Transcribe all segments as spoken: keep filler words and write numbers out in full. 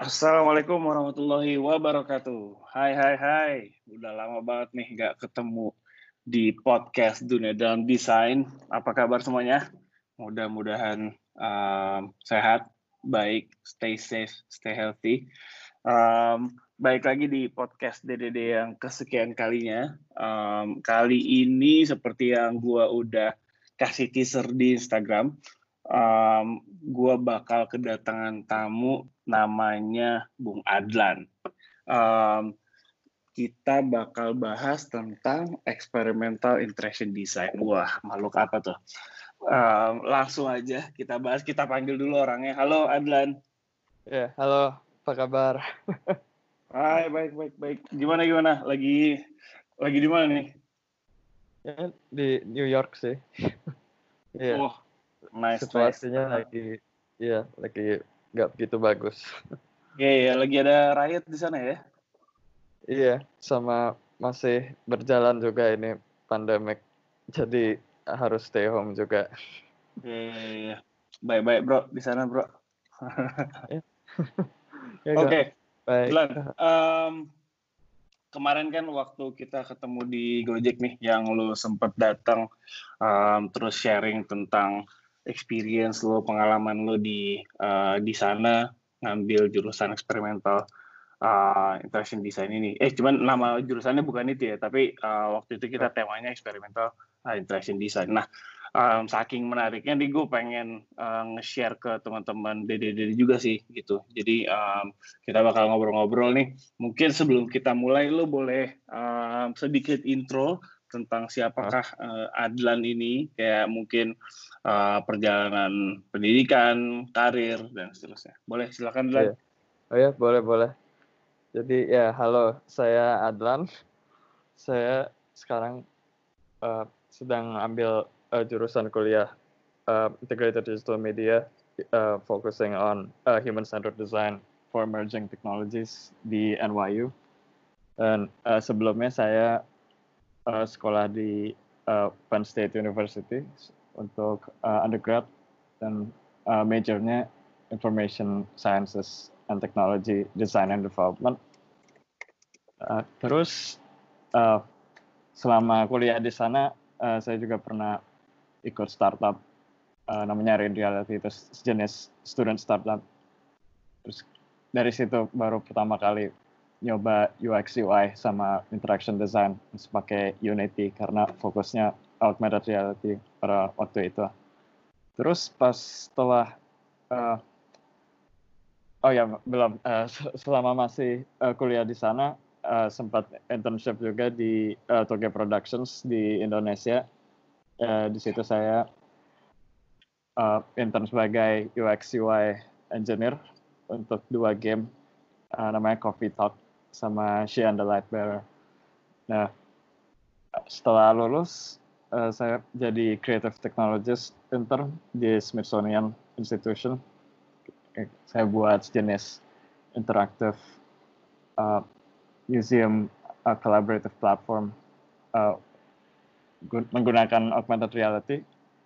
Assalamualaikum warahmatullahi wabarakatuh. Hai hai hai, udah lama banget nih nggak ketemu di podcast Dunia Dalam Desain. Apa kabar semuanya? Mudah-mudahan um, sehat, baik, stay safe, stay healthy. Um, baik lagi di podcast D D D yang kesekian kalinya. Um, kali ini seperti yang gua udah kasih teaser di Instagram, um, gue bakal kedatangan tamu namanya Bung Adlan. Um, kita bakal bahas tentang experimental interaction design. Wah, makhluk apa tuh? Um, langsung aja kita bahas. Kita panggil dulu orangnya. Halo Adlan. Ya, halo. Apa kabar? Hai, baik baik baik. Gimana gimana? Lagi lagi di mana nih? Ya, di New York sih. Iya. Oh, nice Situasinya nice. lagi, ya lagi nggak begitu bagus. Iya ya, lagi ada riot di sana ya? Iya, sama masih berjalan juga ini pandemik. Jadi harus stay home juga. Iya iya iya. Baik baik bro di sana bro. Ya. Ya, Oke, Kak. Baik. Glenn. Um, kemarin kan waktu kita ketemu di Gojek nih, yang lu sempet datang, um, terus sharing tentang experience lu, pengalaman lu di uh, di sana ngambil jurusan eksperimental uh, interaction design ini. Eh, cuman nama jurusannya bukan itu ya, tapi uh, waktu itu kita temanya eksperimental uh, interaction design. Nah, um, saking menariknya nih gue pengen uh, nge-share ke teman-teman dede-dede juga sih gitu. Jadi um, kita bakal ngobrol-ngobrol nih. Mungkin sebelum kita mulai, lo boleh um, sedikit intro tentang siapakah uh, Adlan ini, kayak mungkin uh, perjalanan pendidikan, karir, dan seterusnya. Boleh, silakan Adlan. Iya. Oh ya, boleh boleh. Jadi ya, halo, saya Adlan. Saya sekarang uh, sedang ambil uh, jurusan kuliah uh, Integrated Digital Media, uh, focusing on uh, human-centered design for emerging technologies di N Y U. Dan uh, sebelumnya saya uh, sekolah di uh, Penn State University untuk uh, undergrad, dan uh, majornya Information Sciences and Technology Design and Development. Uh, terus uh, selama kuliah di sana, uh, saya juga pernah ikut startup uh, namanya Red Reality, itu sejenis student startup. Terus dari situ baru pertama kali nyoba U X U I sama interaction design pakai Unity karena fokusnya augmented reality pada waktu itu. Terus pas setelah uh, oh ya belum uh, selama masih uh, kuliah di sana, uh, sempat internship juga di uh, Toge Productions di Indonesia. Uh, di situ saya uh, intern sebagai U X U I engineer untuk dua game, uh, namanya Coffee Talk sama She and the Lightbearer. Nah, setelah lulus, uh, saya jadi creative technologist intern di Smithsonian Institution. Saya buat sejenis interaktif uh, museum uh, collaborative platform uh, menggunakan augmented reality,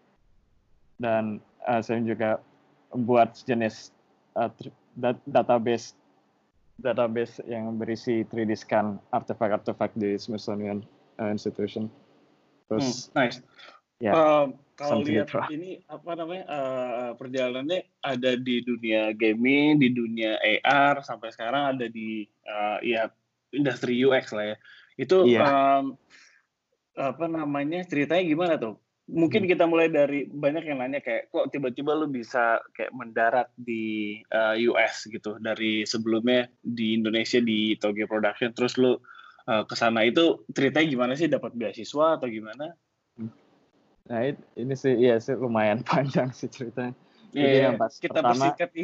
dan uh, saya juga membuat sejenis uh, database database yang berisi three D scan artefak-artefak di Smithsonian uh, Institution. Terus, hmm, nice. Ya, uh, kalau lihat ini apa namanya uh, perjalanannya ada di dunia gaming, di dunia A R, sampai sekarang ada di uh, ya industri U X lah ya. Itu yeah. um, apa namanya ceritanya gimana tuh? Mungkin kita mulai dari banyak yang nanya kayak kok tiba-tiba lu bisa kayak mendarat di uh, U S gitu, dari sebelumnya di Indonesia di Toge Production, terus lu uh, ke sana. Itu ceritanya gimana sih, dapat beasiswa atau gimana? Nah ini sih iya sih lumayan panjang sih ceritanya. Yeah, Jadi yang pas kita pertama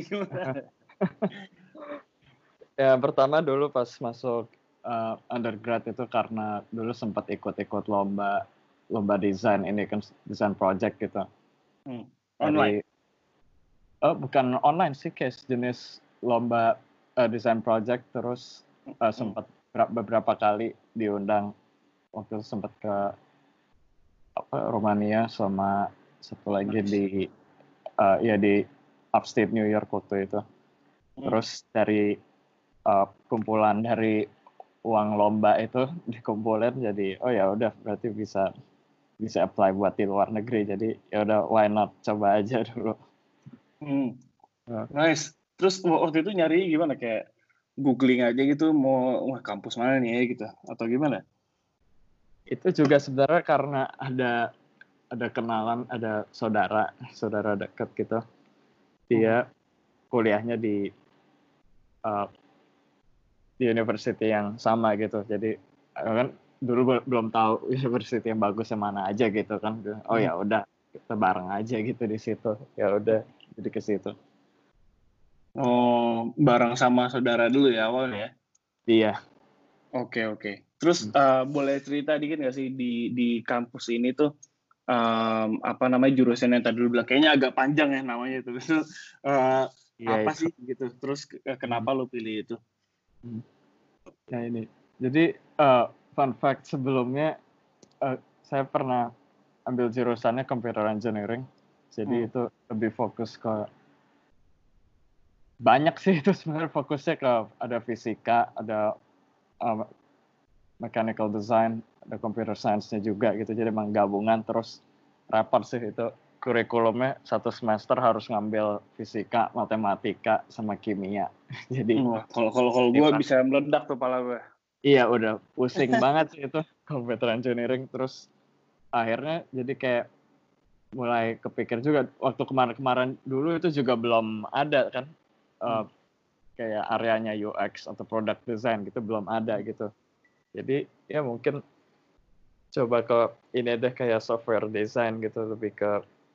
ya pertama dulu pas masuk uh, undergrad itu karena dulu sempat ikut-ikut lomba lomba desain ini kan, desain project gitu. Hmm. Online? Dari, oh bukan online sih, kayak jenis lomba uh, desain project. Terus uh, sempat hmm. beberapa kali diundang, waktu itu sempat ke apa Romania sama satu lagi nice. di uh, ya di upstate New York waktu itu. Terus dari uh, kumpulan dari uang lomba itu dikumpulin jadi oh ya udah berarti bisa bisa apply buat di luar negeri, jadi ya udah why not, coba aja dulu. Hmm. Nice. Terus waktu itu nyari gimana, kayak googling aja gitu mau wah kampus mana nih ya gitu atau gimana? Itu juga sebenarnya karena ada ada kenalan, ada saudara saudara dekat gitu, dia kuliahnya di uh, di university yang sama gitu, jadi kan dulu belum tahu university yang bagus yang mana aja gitu kan, oh ya udah kita bareng aja gitu di situ, ya udah jadi ke situ. Oh, bareng sama saudara dulu ya awalnya ya? Iya. Oke oke. Terus uh, boleh cerita dikit nggak sih di di kampus ini tuh um, apa namanya jurusan yang tadi dulu bilang kayaknya agak panjang ya namanya itu. uh, Iya apa itu. sih gitu? Terus kenapa lo pilih itu? Nah ini, jadi uh, fun fact sebelumnya uh, saya pernah ambil jurusannya computer engineering, jadi hmm. itu lebih fokus ke banyak sih itu sebenarnya fokusnya ke ada fisika, ada uh, mechanical design, ada computer science-nya juga gitu, jadi emang gabungan. Terus repot sih itu kurikulumnya, satu semester harus ngambil fisika, matematika, sama kimia. Jadi kalau kalau kalau gue bisa meledak tuh pala gue. Iya udah pusing banget sih itu computer engineering. Terus akhirnya jadi kayak mulai kepikir juga waktu kemarin-kemarin dulu itu juga belum ada kan uh, kayak areanya U X atau product design gitu belum ada gitu. Jadi ya mungkin coba ke ini deh kayak software design gitu, lebih ke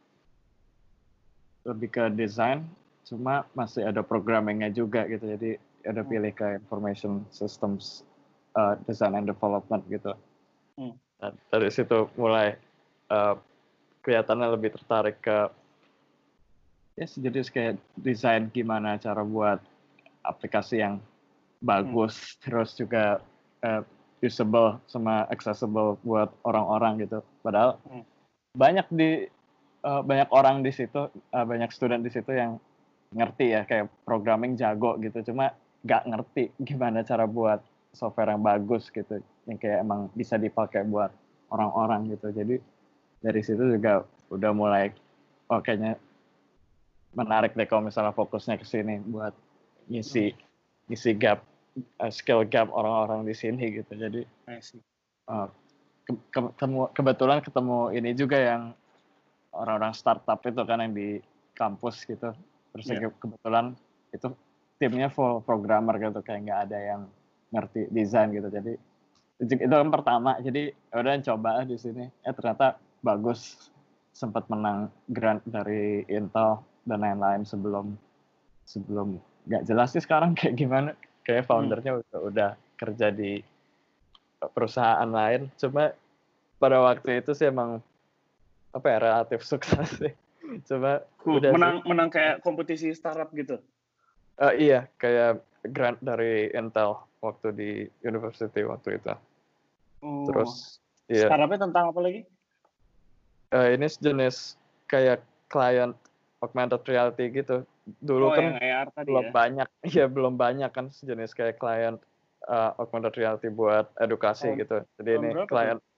lebih ke design cuma masih ada programmingnya juga gitu. Jadi ada pilih ke information systems uh, design and development gitu. Hmm. Nah, dari situ mulai uh, kelihatannya lebih tertarik ke ya jadi kayak desain gimana cara buat aplikasi yang bagus, hmm. terus juga uh, usable sama accessible buat orang-orang gitu. Padahal hmm. banyak di uh, banyak orang di situ, uh, banyak student di situ yang ngerti ya kayak programming jago gitu, cuma nggak ngerti gimana cara buat software yang bagus gitu, yang kayak emang bisa dipakai buat orang-orang gitu. Jadi dari situ juga udah mulai oh kayaknya menarik deh kalau misalnya fokusnya ke sini buat ngisi ngisi gap uh, skill gap orang-orang di sini gitu. Jadi uh, ke, ke, ketemu, kebetulan ketemu ini juga yang orang-orang startup itu kan yang di kampus gitu. Terus yeah. kebetulan itu timnya full programmer gitu, kayak nggak ada yang ngerti desain gitu. Jadi itu yang pertama. Jadi udah coba di sini. Eh ternyata bagus, sempat menang grant dari Intel dan lain-lain sebelum sebelum nggak jelas sih sekarang kayak gimana. Kayak foundernya hmm. udah, udah kerja di perusahaan lain. Cuma pada waktu itu sih emang apa ya relatif sukses sih. Coba uh, udah menang sih. menang kayak kompetisi startup gitu. Uh, iya, kayak grant dari Intel waktu di university waktu itu. Oh. Terus iya. Startupnya tentang apa lagi? Uh, ini sejenis kayak client augmented reality gitu. Dulu oh, kan belum ya? banyak, iya belum banyak kan sejenis kayak client uh, augmented reality buat edukasi oh, gitu. Jadi ini client tuh?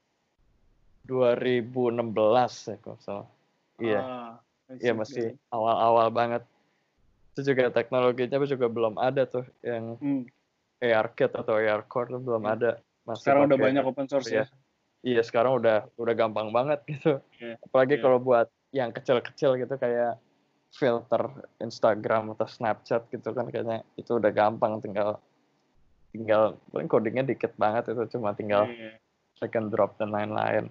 dua ribu enam belas ya kalau salah. Iya. Ah, iya masih awal-awal banget. Itu juga teknologinya juga belum ada tuh yang hmm. A R Kit atau A R Core tuh belum hmm. ada. Masih sekarang udah banyak open source ya. Iya, sekarang udah udah gampang banget gitu. Yeah. Apalagi yeah. kalau buat yang kecil-kecil gitu kayak filter Instagram atau Snapchat gitu kan kayaknya itu udah gampang, tinggal tinggal paling codingnya dikit banget itu, cuma tinggal yeah. drag and drop dan lain-lain.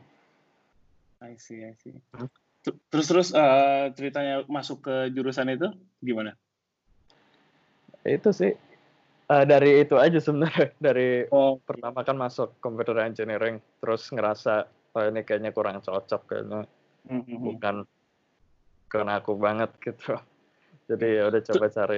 I see, I see. Terus terus uh, ceritanya masuk ke jurusan itu gimana? Itu sih uh, dari itu aja sebenarnya. Dari oh. pertama kan masuk computer engineering, terus ngerasa oh ini kayaknya kurang cocok, kayaknya mm-hmm. bukan karena aku banget gitu. Jadi ya udah coba cari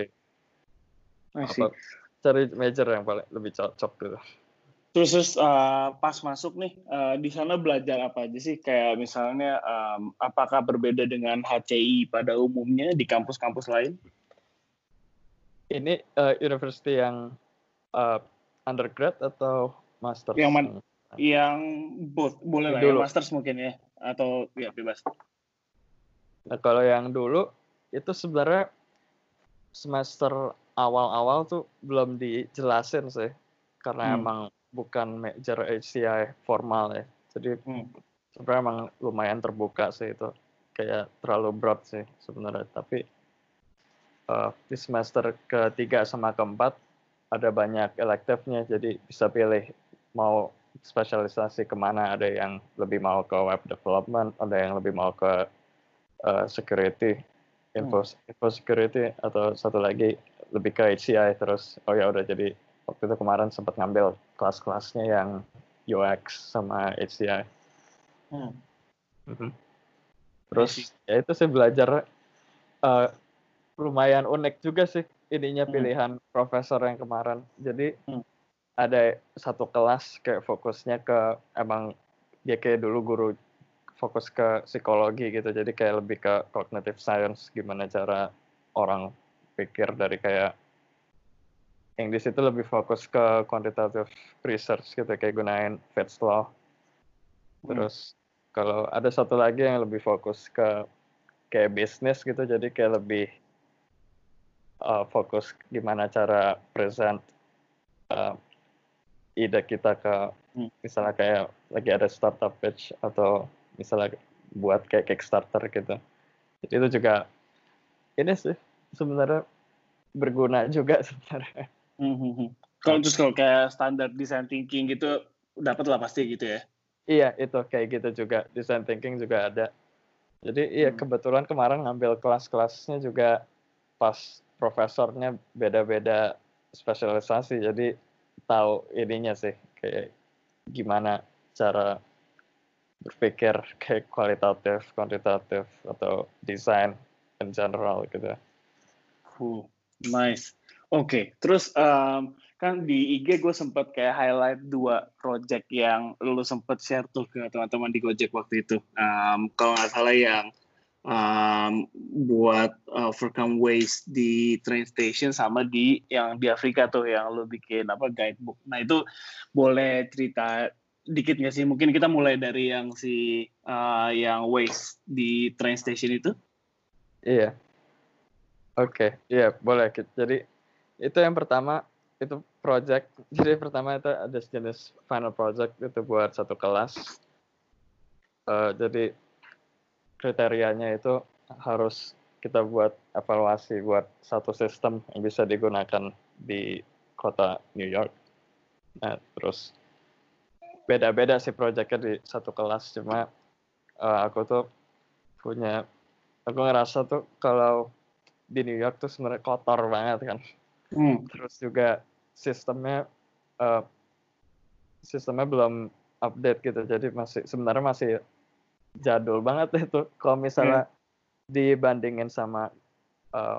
apa, cari major yang paling lebih cocok gitu. Terus, terus uh, pas masuk nih, uh, di sana belajar apa aja sih? Kayak misalnya, um, apakah berbeda dengan H C I pada umumnya di kampus-kampus lain? Ini uh, university yang uh, undergrad atau masters? Yang man, yang both boleh Yang lah, dulu. yang masters mungkin ya, atau ya bebas. Nah, kalau yang dulu itu sebenarnya semester awal-awal tuh belum dijelasin sih, karena Hmm. emang bukan major H C I formal ya. Jadi Hmm. sebenarnya emang lumayan terbuka sih itu, kayak terlalu broad sih sebenarnya. Tapi uh, di semester ketiga sama keempat ada banyak electivenya, jadi bisa pilih mau spesialisasi kemana. Ada yang lebih mau ke web development, ada yang lebih mau ke uh, security, info, info security, atau satu lagi lebih ke H C I. Terus oh ya udah, jadi waktu itu kemarin sempat ngambil kelas-kelasnya yang U X sama H C I. Hmm. Mm-hmm. Terus ya itu sih belajar uh, lumayan unik juga sih ininya, pilihan hmm. profesor yang kemarin. Jadi hmm. ada satu kelas kayak fokusnya ke, emang dia kayak dulu guru fokus ke psikologi gitu, jadi kayak lebih ke cognitive science, gimana cara orang pikir, dari kayak yang di situ lebih fokus ke quantitative research gitu, kayak gunain Fitts law. Terus hmm. kalau ada satu lagi yang lebih fokus ke kayak bisnis gitu, jadi kayak lebih uh, fokus gimana cara present uh, ide kita ke, hmm. misalnya kayak lagi ada startup pitch atau misalnya buat kayak Kickstarter gitu. Jadi itu juga ini sih sebenarnya berguna juga sebenarnya. Mm-hmm. Kalau terus kalau kayak standar design thinking gitu dapat lah pasti gitu ya? Iya, itu kayak gitu juga, design thinking juga ada. Jadi iya hmm. kebetulan kemarin ngambil kelas-kelasnya juga pas profesornya beda-beda spesialisasi, jadi tahu ininya sih kayak gimana cara berpikir kayak kualitatif, kuantitatif, atau desain in general gitu. Uh, nice. Oke, okay. Terus um, kan di I G gue sempat kayak highlight dua project yang lu sempat share tuh ke teman-teman di Gojek waktu itu. Um, kalau nggak salah yang um, buat uh, overcome waste di train station, sama di yang di Afrika tuh yang lu bikin apa guidebook. Nah itu boleh cerita dikit nggak sih? Mungkin kita mulai dari yang si uh, yang waste di train station itu. Iya. Oke, okay. Iya boleh. Jadi itu yang pertama, itu project. Jadi pertama itu ada jenis final project, itu buat satu kelas. Uh, jadi kriterianya itu harus kita buat evaluasi buat satu sistem yang bisa digunakan di kota New York. Nah, terus beda-beda sih projectnya di satu kelas. Cuma uh, aku tuh punya, aku ngerasa tuh kalau di New York tuh sebenarnya kotor banget kan. Hmm. Terus juga sistemnya uh, sistemnya belum update gitu, jadi masih sebenarnya masih jadul banget itu kalau misalnya hmm. dibandingin sama uh,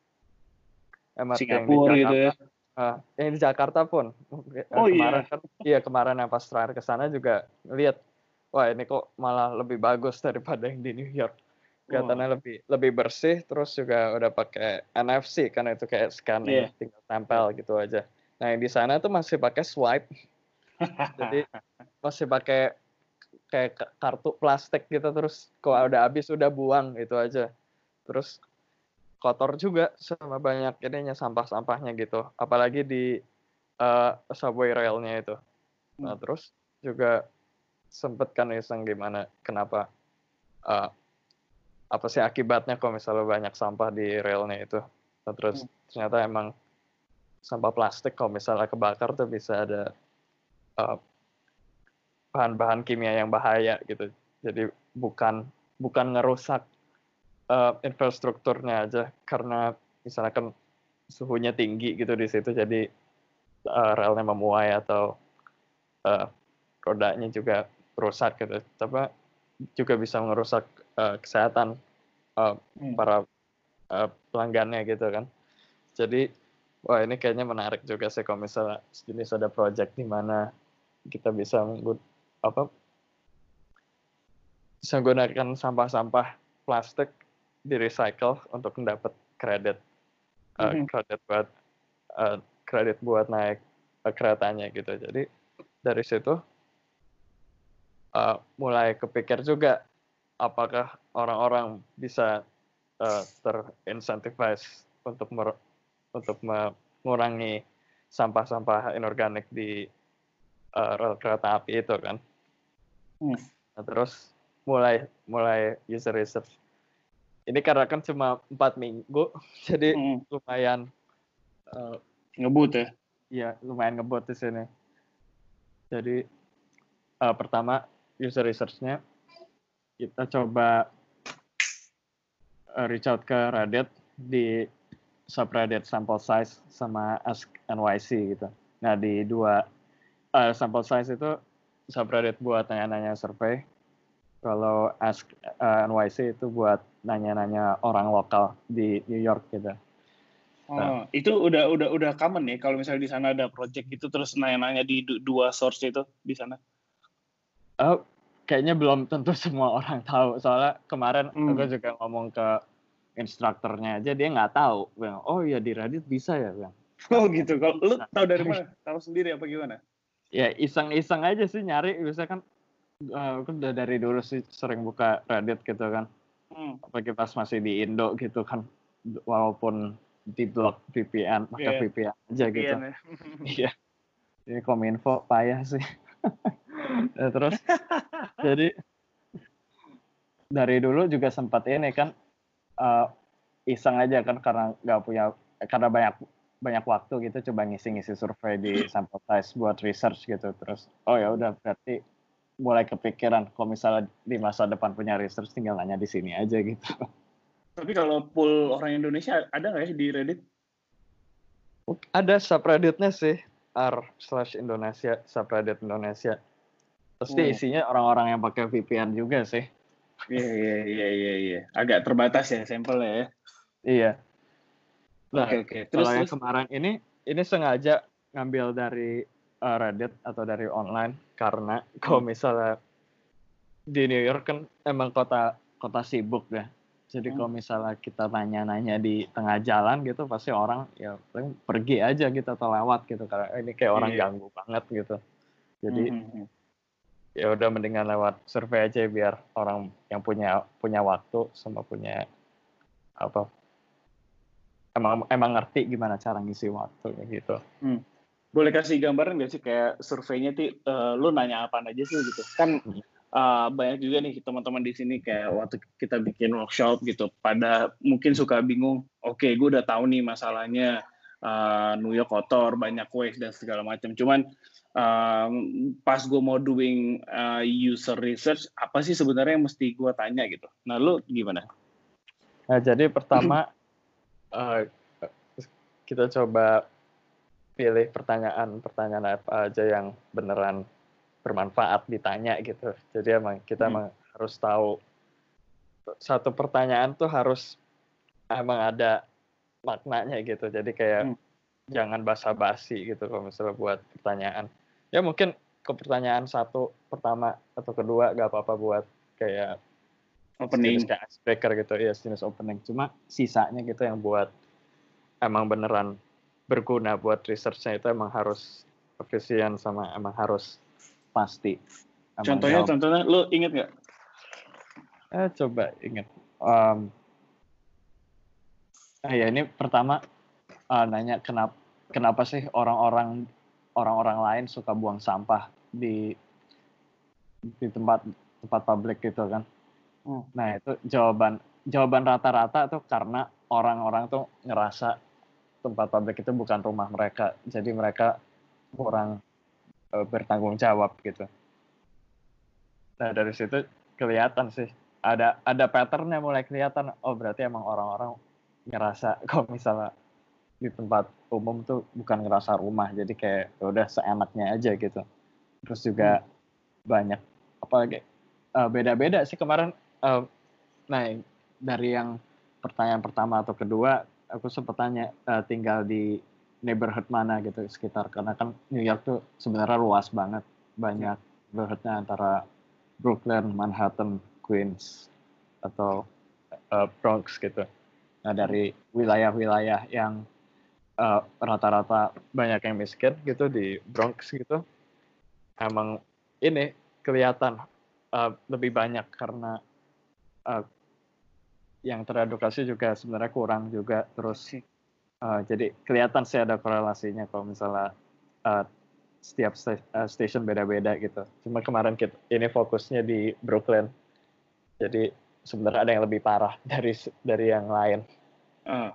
M R T yang di Jakarta. Gitu ya? Uh, yang di Jakarta pun oh, kemarin iya. kan iya kemarin yang pas terakhir ke sana juga lihat, wah ini kok malah lebih bagus daripada yang di New York. Kelihatannya oh. lebih lebih bersih, terus juga udah pakai N F C kan, itu kayak scanning yeah. tinggal tempel yeah. gitu aja. Nah yang di sana tuh masih pakai swipe. Jadi masih pakai kayak kartu plastik gitu, terus kalau udah habis udah buang itu aja. Terus kotor juga sama banyak ininya, sampah-sampahnya gitu. Apalagi di uh, subway railnya itu. Nah terus juga sempet kan iseng gimana, kenapa uh, apa sih akibatnya kalau misalnya banyak sampah di railnya itu. Nah, terus hmm. ternyata emang sampah plastik kalau misalnya kebakar tuh bisa ada uh, bahan-bahan kimia yang bahaya gitu. Jadi bukan bukan ngerusak uh, infrastrukturnya aja, karena misalnya kan suhunya tinggi gitu di situ, jadi uh, relnya memuai atau uh, rodanya juga rusak gitu. Tapi juga bisa merusak uh, kesehatan uh, hmm. para uh, pelanggannya gitu kan. Jadi wah ini kayaknya menarik juga sih kalau misalnya jenis ada project di mana kita bisa menggun- apa bisa menggunakan sampah-sampah plastik di recycle untuk mendapat kredit. uh, Mhm. kredit buat uh, kredit buat naik uh, keretanya gitu. Jadi dari situ uh, mulai kepikir juga apakah orang-orang bisa uh, terincentivize untuk mer- untuk mengurangi sampah-sampah inorganik di uh, rel kereta api itu kan. Hmm. Nah, terus mulai mulai user research. Ini karena kan cuma empat minggu, jadi Hmm. lumayan uh, Ngebut ya. ya lumayan ngebut di sini. Jadi uh, pertama user research-nya kita coba uh, reach out ke Reddit di subreddit sample size sama Ask N Y C gitu. Nah di dua uh, sample size itu subreddit buat nanya-nanya survei. Kalau Ask uh, N Y C itu buat nanya-nanya orang lokal di New York gitu. Oh, Nah, itu udah udah udah common ya kalau misalnya di sana ada project itu terus nanya-nanya di du- dua source itu di sana. oh, kayaknya belum tentu semua orang tahu. Soalnya kemarin Hmm. aku juga ngomong ke instrukturnya aja, dia nggak tahu. Bilang, oh iya di Reddit bisa ya, Bang. Oh gitu. Kalau lu Nah, tahu dari mana? Tahu sendiri apa gimana? ya iseng-iseng aja sih nyari. Biasanya kan uh, aku udah dari dulu sih sering buka Reddit gitu kan. Hmm. Apalagi pas masih di Indo gitu kan. Walaupun di blok V P N, pakai Yeah. V P N aja V P N gitu. ya. Iya. Ini Kominfo payah sih. Nah, terus jadi dari dulu juga sempat ini kan uh, iseng aja kan karena nggak punya karena banyak banyak waktu gitu coba ngisi-ngisi survei di sample size buat research gitu terus oh ya udah berarti mulai kepikiran kalau misalnya di masa depan punya research tinggal nanya di sini aja gitu. Tapi kalau pool orang Indonesia ada nggak ya di Reddit? Ada subredditnya sih r slash Indonesia subreddit Indonesia. Pasti Oh. isinya orang-orang yang pakai V P N juga sih. Iya iya iya iya iya. Agak terbatas ya sampelnya ya. Iya. Nah, Oke oke. Terus kalau yang terus. kemarin ini ini sengaja ngambil dari uh, Reddit atau dari online karena kalau Hmm. misalnya di New York kan emang kota kota sibuk ya. Jadi Hmm. kalau misalnya kita nanya-nanya di tengah jalan gitu pasti orang ya paling pergi aja gitu atau lewat gitu karena ini kayak orang Iya. ganggu banget gitu. Jadi Hmm, hmm, hmm. ya udah mendingan lewat survei aja biar orang yang punya punya waktu sama punya apa emang emang ngerti gimana cara ngisi waktunya gitu. Hmm. Boleh kasih gambaran nggak sih kayak surveinya tuh uh, lu nanya apa aja sih gitu? Kan uh, banyak juga nih teman-teman di sini kayak waktu kita bikin workshop gitu, pada mungkin suka bingung. Oke, okay, gue udah tahu nih masalahnya uh, New York kotor, banyak waste dan segala macam. Cuman um, pas gue mau doing uh, user research, apa sih sebenarnya yang mesti gue tanya gitu? Nah, lu gimana? Nah, jadi pertama uh, kita coba pilih pertanyaan-pertanyaan apa aja yang beneran bermanfaat ditanya gitu. Jadi emang kita Hmm. emang harus tahu satu pertanyaan tuh harus emang ada maknanya gitu. Jadi kayak Hmm. jangan basa-basi gitu kalau misalnya buat pertanyaan. Ya mungkin ke pertanyaan satu pertama atau kedua gak apa-apa buat kayak sejenis Opening. kayak icebreaker gitu ya, sejenis opening. Cuma sisanya gitu yang buat emang beneran berguna buat research-nya itu emang harus efisien sama emang harus pasti. Emang Contohnya, jawab. contohnya, lu inget nggak? Eh, coba ingat. Um, eh, ya ini pertama uh, nanya kenapa kenapa sih orang-orang orang-orang lain suka buang sampah di di tempat tempat publik gitu kan. Hmm. Nah itu jawaban jawaban rata-rata tuh karena orang-orang tuh ngerasa tempat publik itu bukan rumah mereka, jadi mereka kurang uh, bertanggung jawab gitu. Nah dari situ kelihatan sih ada ada patternnya mulai kelihatan. Oh berarti emang orang-orang ngerasa kalau misalnya di tempat umum tuh bukan ngerasa rumah, jadi kayak ya udah seenaknya aja gitu. Terus juga Hmm. banyak apalagi uh, beda-beda sih kemarin. Uh, nah dari yang pertanyaan pertama atau kedua aku sempat tanya uh, tinggal di neighborhood mana gitu sekitar, karena kan New York tuh sebenarnya luas banget, banyak neighborhoodnya antara Brooklyn, Manhattan, Queens atau uh, Bronx gitu. Nah dari wilayah-wilayah yang uh, rata-rata banyak yang miskin gitu di Bronx gitu, emang ini kelihatan uh, lebih banyak karena uh, yang teredukasi juga sebenarnya kurang juga, terus uh, jadi kelihatan sih ada korelasinya kalau misalnya uh, setiap st- uh, station beda-beda gitu. Cuma kemarin kita ini fokusnya di Brooklyn, jadi sebenarnya ada yang lebih parah dari dari yang lain. Uh.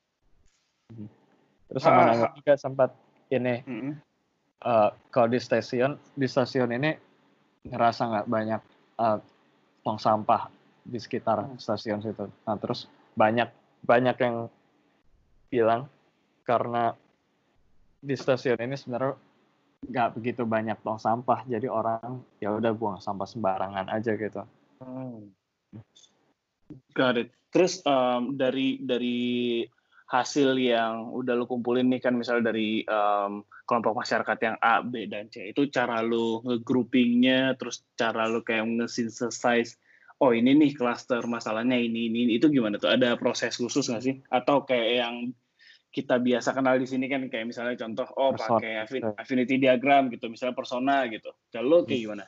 Terus sama Nangga juga sempat ini mm-hmm. uh, kalau di stasiun di stasiun ini ngerasa nggak banyak uh, tong sampah di sekitar hmm. stasiun situ. Nah terus banyak banyak yang bilang karena di stasiun ini sebenarnya nggak begitu banyak tong sampah, jadi orang ya udah buang sampah sembarangan aja gitu. Hmm. Got it. Terus um, dari dari hasil yang udah lu kumpulin nih kan, misal dari um, kelompok masyarakat yang A, B, dan C, itu cara lu nge-groupingnya, terus cara lu kayak nge-synthesize, oh ini nih cluster masalahnya ini, ini, itu gimana tuh? Ada proses khusus nggak sih? Atau kayak yang kita biasa kenal di sini kan, kayak misalnya contoh, oh persona, pakai affinity diagram gitu, misalnya persona gitu. Kalau kayak gimana?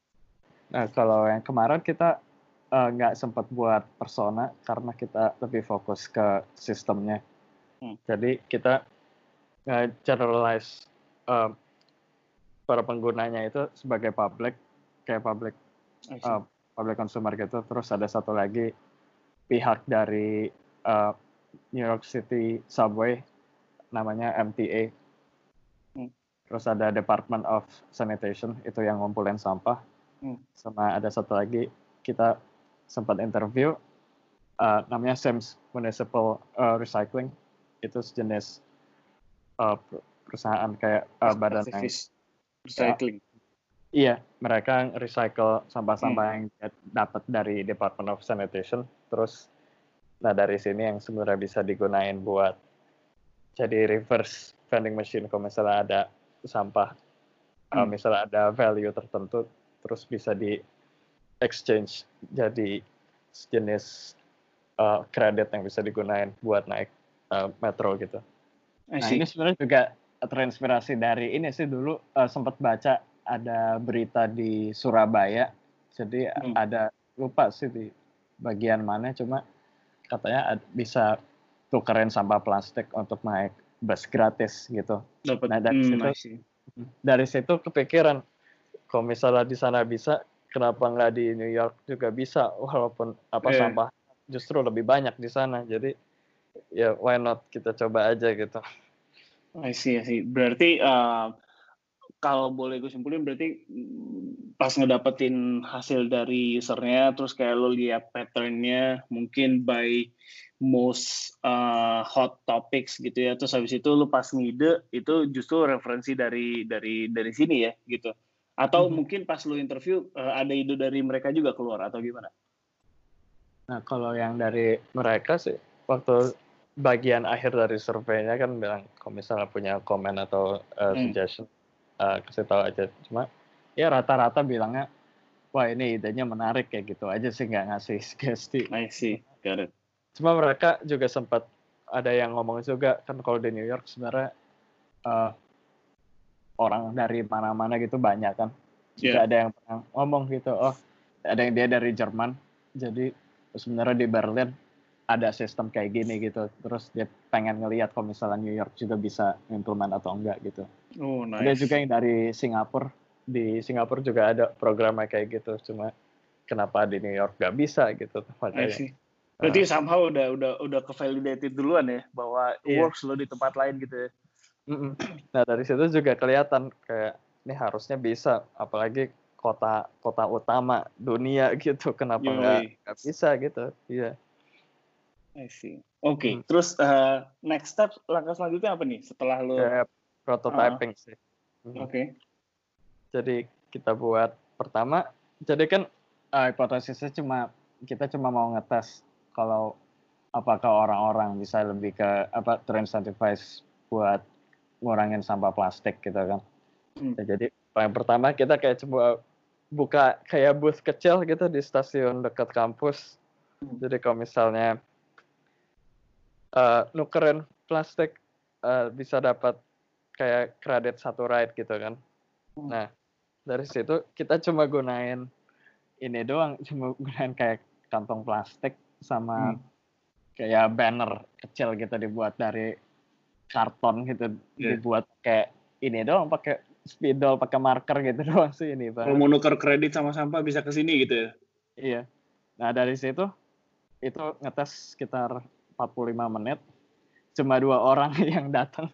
Nah kalau yang kemarin kita nggak uh, sempat buat persona karena kita lebih fokus ke sistemnya. Hmm. Jadi kita uh, generalize uh, para penggunanya itu sebagai public, kayak public uh, public consumer gitu. Terus ada satu lagi pihak dari uh, New York City Subway, namanya M T A. Hmm. Terus ada Department of Sanitation, itu yang ngumpulin sampah. Hmm. Sama ada satu lagi kita sempat interview, uh, namanya Sam's Municipal uh, Recycling. Itu sejenis uh, perusahaan kayak uh, badan yang recycling. Ya, iya, mereka recycle sampah-sampah hmm. yang dapat dari Department of Sanitation. Terus, nah dari sini yang sebenarnya bisa digunain buat jadi reverse vending machine. Kalau misalnya ada sampah, hmm. uh, misalnya ada value tertentu, terus bisa di exchange jadi jenis uh, kredit yang bisa digunain buat naik uh, metro gitu. Nah ini sebenarnya juga terinspirasi dari ini sih, dulu uh, sempat baca ada berita di Surabaya, jadi hmm. ada, lupa sih di bagian mana, cuma katanya ada, bisa tukerin sampah plastik untuk naik bus gratis gitu. Dapat. Nah dari hmm, situ dari situ kepikiran kalau misalnya di sana bisa, kenapa nggak di New York juga bisa, walaupun apa yeah. sampah justru lebih banyak di sana. Jadi ya why not, kita coba aja gitu. I see, I see. Berarti uh, kalau boleh gue simpulin, berarti pas ngedapetin hasil dari usernya, terus kayak lo lihat patternnya, mungkin by most uh, hot topics gitu ya, terus habis itu lo pas ngide itu justru referensi dari dari dari sini ya gitu. Atau mm-hmm. mungkin pas lo interview uh, ada ide dari mereka juga keluar atau gimana? Nah kalau yang dari mereka sih, waktu bagian akhir dari surveinya kan bilang kalau misalnya punya komen atau uh, suggestion, hmm. uh, kasih tahu aja. Cuma ya rata-rata bilangnya, wah ini idenya menarik, kayak gitu aja sih, nggak ngasih sugesti. I see, got it. Cuma mereka juga sempat ada yang ngomong juga kan, kalau di New York sebenarnya uh, orang dari mana-mana gitu banyak kan. Juga yeah. ada yang pernah ngomong gitu, oh ada yang dia dari Jerman, jadi sebenarnya di Berlin ada sistem kayak gini gitu, terus dia pengen ngelihat kalau misalnya New York juga bisa implement atau enggak gitu. Oh, nice. Ada juga yang dari Singapura, di Singapura juga ada programnya kayak gitu, cuma kenapa di New York nggak bisa gitu makanya. Berarti uh, somehow udah udah udah ke-validated duluan ya bahwa yeah. works lo di tempat lain gitu ya. Mm-mm. Nah dari situ juga kelihatan kayak ini harusnya bisa, apalagi kota kota utama dunia gitu, kenapa nggak nggak bisa gitu, iya. Yeah. I see. Oke, okay. hmm. Terus uh, next step, langkah selanjutnya apa nih setelah lo? Kayak prototyping uh, sih. Hmm. Oke. Okay. Jadi kita buat pertama, jadi kan uh, hipotesisnya cuma kita cuma mau ngetes kalau apakah orang-orang bisa lebih ke apa terincentivise buat ngurangin sampah plastik gitu kan. Hmm. Nah, jadi yang pertama kita kayak coba buka kayak booth kecil gitu di stasiun dekat kampus. Hmm. Jadi kalau misalnya uh, nukerin plastik uh, bisa dapat kayak kredit satu ride gitu kan. Hmm. Nah, dari situ kita cuma gunain ini doang, cuma gunain kayak kantong plastik sama Hmm. kayak banner kecil gitu dibuat dari karton gitu, Yeah. dibuat kayak ini doang, pakai spidol, pakai marker gitu doang sih ini Kalau banget. mau nuker kredit sama sampah bisa ke sini gitu ya? Iya. Nah dari situ itu ngetes sekitar empat puluh lima menit, cuma dua orang yang datang.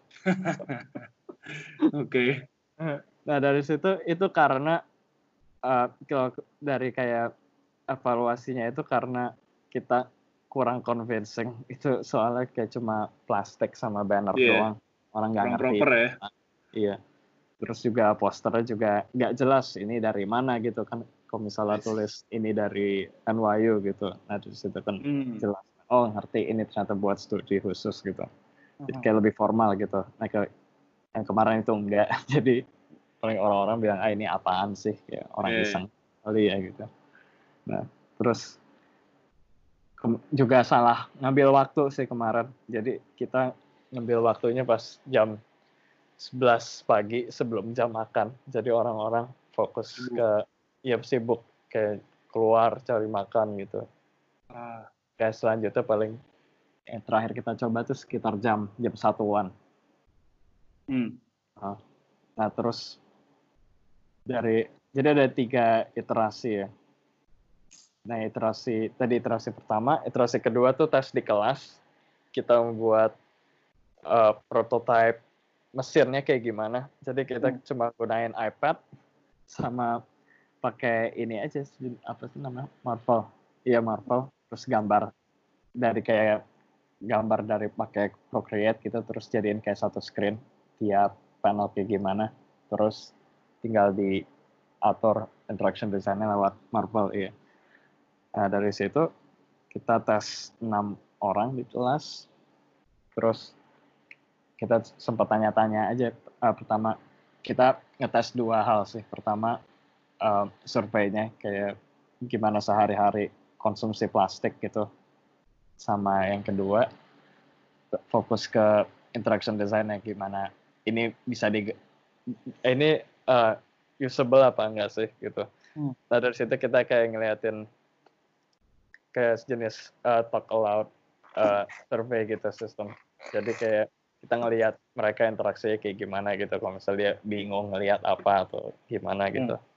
Oke. Okay. Nah dari situ itu karena uh, dari kayak evaluasinya itu karena kita kurang convincing, itu soalnya kayak cuma plastik sama banner yeah. doang, orang nggak ngerti. Proper ya? Iya. Terus juga posternya juga nggak jelas ini dari mana gitu kan. Kalau misalnya tulis ini dari N Y U gitu, nah di situ kan hmm. jelas. Oh ngerti ini ternyata buat studi khusus gitu. Jadi kayak lebih formal gitu. Nah ke, yang kemarin itu enggak. Jadi paling orang-orang bilang ah ini apaan sih, kayak orang yeah. iseng kali ya gitu. Nah terus ke- juga salah ngambil waktu sih kemarin. Jadi kita ngambil waktunya pas jam sebelas pagi sebelum jam makan. Jadi orang-orang fokus sibuk. ke ya sibuk kayak keluar cari makan gitu. Ah. Kayak selanjutnya paling yang terakhir kita coba tuh sekitar jam jam satuan. Hmm. Nah, nah terus dari jadi ada tiga iterasi ya. Nah iterasi tadi iterasi pertama, iterasi kedua tuh tes di kelas. Kita membuat uh, prototype mesinnya kayak gimana. Jadi kita hmm. cuma gunain iPad sama pakai ini aja, apa sih namanya, Marvel. Iya Marvel. Terus gambar dari kayak gambar dari pakai Procreate gitu, terus jadiin kayak satu screen tiap panel kayak gimana. Terus tinggal di atur interaction design-nya lewat Marvel. Iya. Nah dari situ kita tes enam orang di kelas. Terus kita sempat tanya-tanya aja. Uh, pertama kita ngetes dua hal sih. Pertama uh, surveinya kayak gimana sehari-hari konsumsi plastik gitu. Sama yang kedua fokus ke interaction design-nya gimana ini bisa di ini uh, usable apa enggak sih gitu. Hmm. Nah dari situ kita kayak ngeliatin kayak sejenis uh, talk aloud uh, survey gitu sistem. Jadi kayak kita ngelihat mereka interaksinya kayak gimana gitu, kalau misalnya dia bingung ngelihat apa atau gimana gitu. Hmm.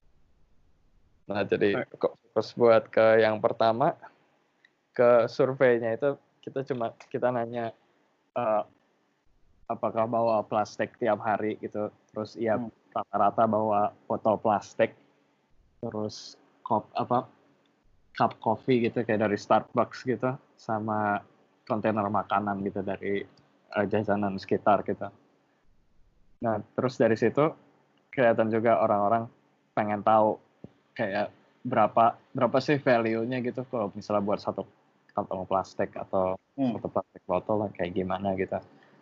Nah jadi fokus buat ke yang pertama, ke surveinya itu kita cuma kita nanya uh, apakah bawa plastik tiap hari gitu, terus iya hmm. rata-rata bawa botol plastik, terus kop apa cup coffee gitu kayak dari Starbucks gitu, sama kontainer makanan gitu dari uh, jajanan sekitar gitu. Nah terus dari situ kelihatan juga orang-orang pengen tahu kayak berapa berapa sih value-nya gitu kalau misalnya buat satu kantong plastik atau hmm. satu plastik botol kayak gimana gitu.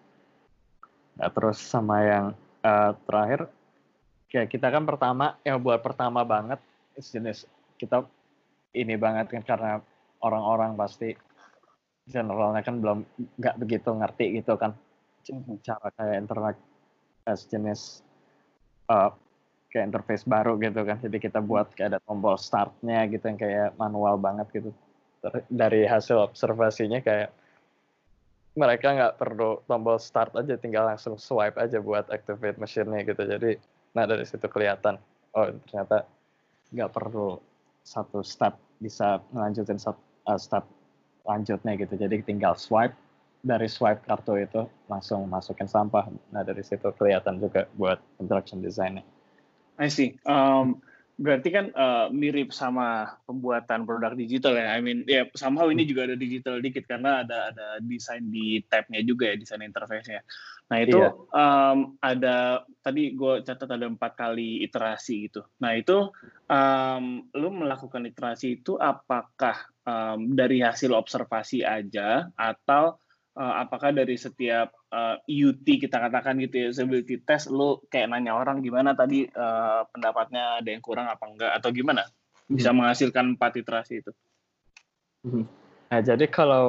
Nah terus sama yang uh, terakhir kayak kita kan pertama yang buat pertama banget jenis kita ini banget kan karena orang-orang pasti generalnya kan belum nggak begitu ngerti gitu kan mm-hmm. cara kayak internet sejenis uh, kayak interface baru gitu kan, jadi kita buat kayak ada tombol startnya gitu yang kayak manual banget gitu. Dari hasil observasinya kayak mereka nggak perlu tombol start aja, tinggal langsung swipe aja buat activate mesinnya gitu. Jadi nah dari situ kelihatan oh ternyata nggak perlu satu step bisa melanjutin uh, step lanjutnya gitu. Jadi tinggal swipe, dari swipe kartu itu langsung masukin sampah. Nah dari situ kelihatan juga buat interaction design-nya. I see. Um, berarti kan uh, mirip sama pembuatan produk digital ya. I mean, ya yeah, somehow ini juga ada digital dikit karena ada ada desain di tab-nya juga ya, desain interface-nya. Nah itu yeah. um, ada tadi gue catat ada empat kali iterasi gitu. Nah itu um, lu melakukan iterasi itu apakah um, dari hasil observasi aja atau Uh, apakah dari setiap uh, U T kita katakan gitu ya, usability test, lu kayak nanya orang gimana tadi uh, pendapatnya ada yang kurang apa enggak atau gimana bisa hmm. menghasilkan empat iterasi itu? Hmm. Nah jadi kalau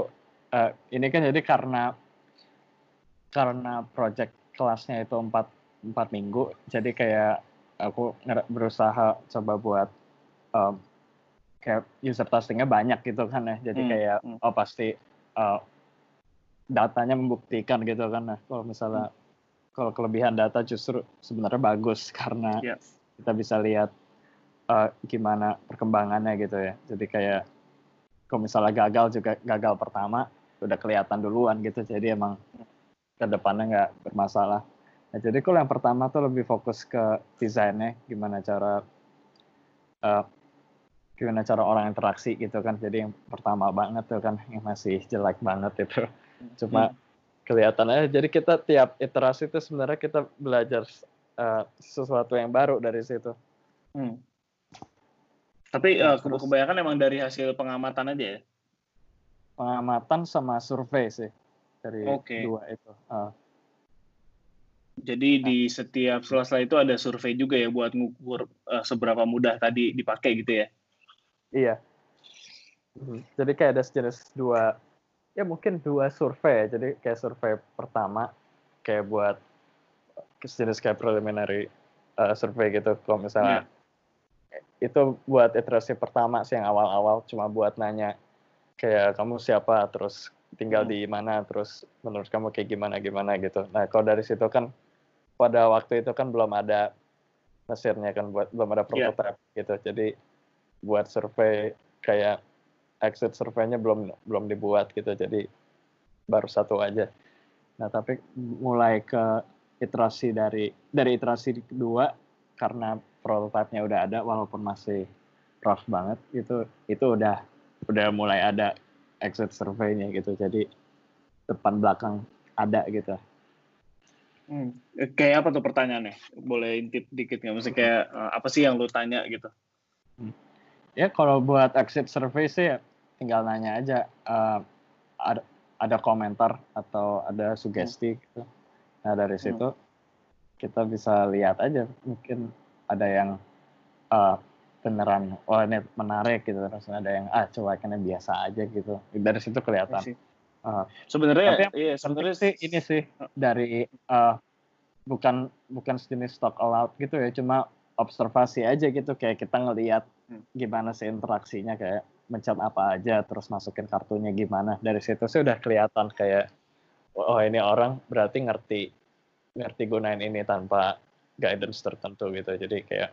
uh, ini kan jadi karena karena project kelasnya itu empat empat minggu, jadi kayak aku berusaha coba buat um, kayak user testingnya banyak gitu kan ya, jadi hmm. kayak Hmm. oh pasti uh, datanya membuktikan gitu kan. Nah kalau misalnya hmm. kalau kelebihan data justru sebenarnya bagus karena yeah. kita bisa lihat uh, gimana perkembangannya gitu ya, jadi kayak kalau misalnya gagal juga gagal pertama udah kelihatan duluan gitu, jadi emang ke depannya nggak bermasalah. Nah, jadi kalau yang pertama tuh lebih fokus ke desainnya, gimana cara uh, gimana cara orang interaksi gitu kan. Jadi yang pertama banget tuh kan yang masih jelek banget itu. Cuma hmm. kelihatannya jadi kita tiap iterasi itu sebenarnya kita belajar uh, sesuatu yang baru dari situ. Hmm. Tapi nah, uh, terus, kebanyakan emang dari hasil pengamatan aja ya? Pengamatan sama survei sih dari okay. dua itu. Uh. Jadi di setiap sela-sela itu ada survei juga ya buat ngukur uh, seberapa mudah tadi dipakai gitu ya? Iya. Jadi kayak ada sejenis dua, ya mungkin dua survei ya. Jadi kayak survei pertama kayak buat sejenis kayak preliminary uh, survei gitu. Kalau misalnya yeah. itu buat iterasi pertama sih yang awal-awal, cuma buat nanya kayak kamu siapa, terus tinggal hmm. di mana, terus menurut kamu kayak gimana-gimana gitu. Nah kalau dari situ kan pada waktu itu kan belum ada mesinnya kan, buat belum ada prototype yeah. gitu. Jadi buat survei kayak exit surveinya belum belum dibuat gitu. Jadi baru satu aja. Nah, tapi mulai ke iterasi dari dari iterasi kedua karena prototype-nya udah ada walaupun masih rough banget, itu itu udah udah mulai ada exit survei-nya gitu. Jadi depan belakang ada gitu. Hmm. Kayak apa tuh pertanyaannya? Boleh intip dikit nggak? Maksudnya kayak uh, apa sih yang lu tanya gitu? Hmm. Ya kalau buat exit survey sih ya tinggal nanya aja, uh, ada, ada komentar atau ada sugesti hmm. gitu. Nah dari situ hmm. kita bisa lihat aja, mungkin ada yang uh, beneran, wah oh, ini menarik gitu, terus ada yang ah cuekannya biasa aja gitu. Dari situ kelihatan. Uh, sebenarnya tapi yang iya, sebenarnya sih ini sih dari uh, bukan bukan sejenis stock all out gitu ya, cuma observasi aja gitu, kayak kita ngelihat gimana sih interaksinya, kayak mencet apa aja terus masukin kartunya gimana. Dari situ sih udah kelihatan kayak oh ini orang berarti ngerti ngerti gunain ini tanpa guidance tertentu gitu. Jadi kayak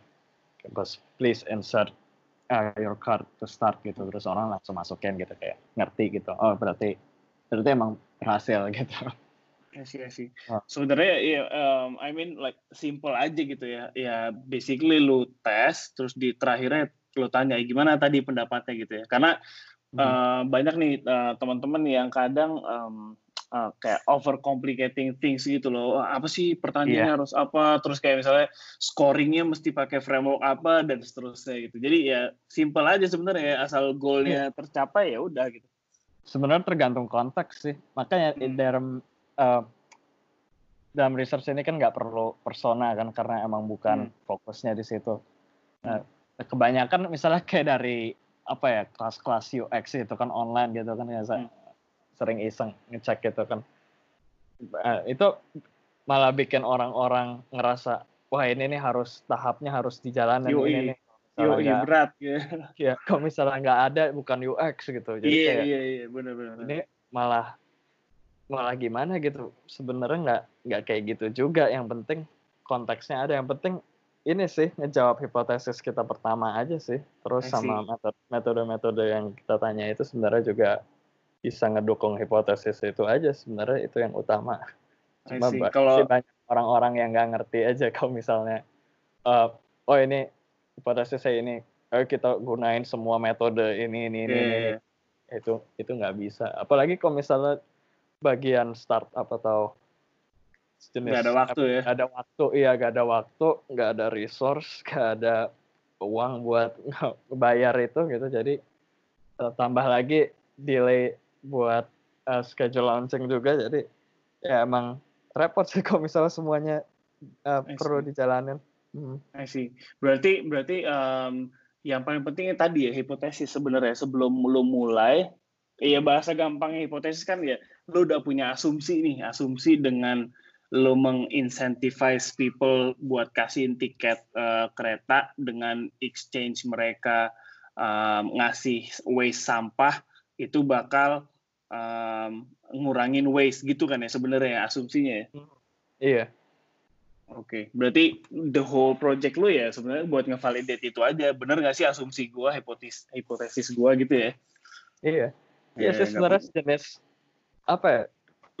please insert uh, your card to start gitu, terus orang langsung masukin gitu, kayak ngerti gitu. Oh berarti berarti emang berhasil gitu. I see, I see. Oh. Sebenarnya ya, um, I mean like simple aja gitu ya. Ya basically lu tes, terus di terakhirnya lu tanya gimana tadi pendapatnya gitu ya. Karena hmm. uh, banyak nih uh, teman-teman yang kadang um, uh, kayak over complicating things gitu loh. Apa sih pertanyaannya yeah. harus apa? Terus kayak misalnya scoringnya mesti pakai framework apa dan seterusnya gitu. Jadi ya simple aja sebenarnya, asal goalnya yeah. tercapai ya udah gitu. Sebenarnya tergantung konteks sih. Makanya hmm. dalam uh, dalam research ini kan nggak perlu persona kan, karena emang bukan hmm. fokusnya di situ. Nah, hmm. kebanyakan misalnya kayak dari apa ya kelas-kelas U X itu kan online gitu kan ya, hmm. sering iseng ngecek gitu kan. Uh, itu malah bikin orang-orang ngerasa wah ini nih harus tahapnya harus dijalanin Yui. ini nih. Yui, berat ya. Ya, kalau misalnya nggak ada bukan U X gitu. Jadi iya, kayak iya, iya, benar-benar. Ini malah malah gimana gitu. Sebenarnya nggak nggak kayak gitu juga. Yang penting konteksnya ada. Yang penting ini sih ngejawab hipotesis kita pertama aja sih. Terus sama metode-metode yang kita tanya itu sebenarnya juga bisa ngedukung hipotesis itu aja. Sebenarnya itu yang utama. Cuma kalau banyak orang-orang yang nggak ngerti aja kalau misalnya uh, oh ini hipotesis saya ini, ayo kita gunain semua metode ini ini ini, yeah. ini. itu itu nggak bisa. Apalagi kalau misalnya bagian startup atau jenis nggak ada waktu ya. Nggak ada waktu, iya nggak ada waktu, nggak ada resource, nggak ada uang buat bayar itu gitu. Jadi tambah lagi delay buat uh, schedule launching juga. Jadi ya emang repot sih kalau misalnya semuanya uh, perlu dijalanin. Hmm. I see. Berarti berarti um, yang paling pentingnya tadi ya hipotesis sebenarnya sebelum lu mulai iya bahasa gampangnya hipotesis kan ya, lo udah punya asumsi nih, asumsi dengan lo mengincentivize people buat kasihin tiket uh, kereta dengan exchange mereka um, ngasih waste sampah itu bakal um, ngurangin waste gitu kan ya sebenarnya asumsinya ya. Iya. Oke, okay. Berarti the whole project lu ya sebenarnya buat ngevalidate itu aja. Bener nggak sih asumsi gua, hipotesis hipotesis gua gitu ya? Iya. Iya sih sebenarnya sejenis apa ya?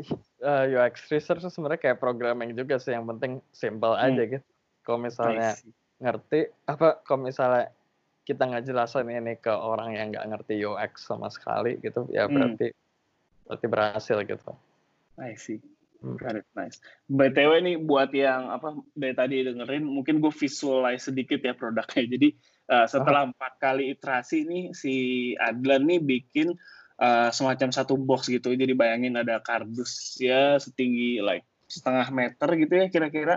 Uh, U X research sebenarnya kayak programming juga sih, yang penting simple hmm. aja gitu. Kalau misalnya ngerti apa, kalau misalnya kita ngejelasin ini ke orang yang nggak ngerti U X sama sekali gitu, ya berarti hmm. berarti berhasil gitu. I see. Got it, nice. B T W nih buat yang apa dari tadi dengerin, mungkin gue visualize sedikit ya produknya. Jadi uh, setelah empat oh. kali iterasi nih si Adlan nih bikin uh, semacam satu box gitu. Jadi bayangin ada kardus ya setinggi like setengah meter gitu ya kira-kira.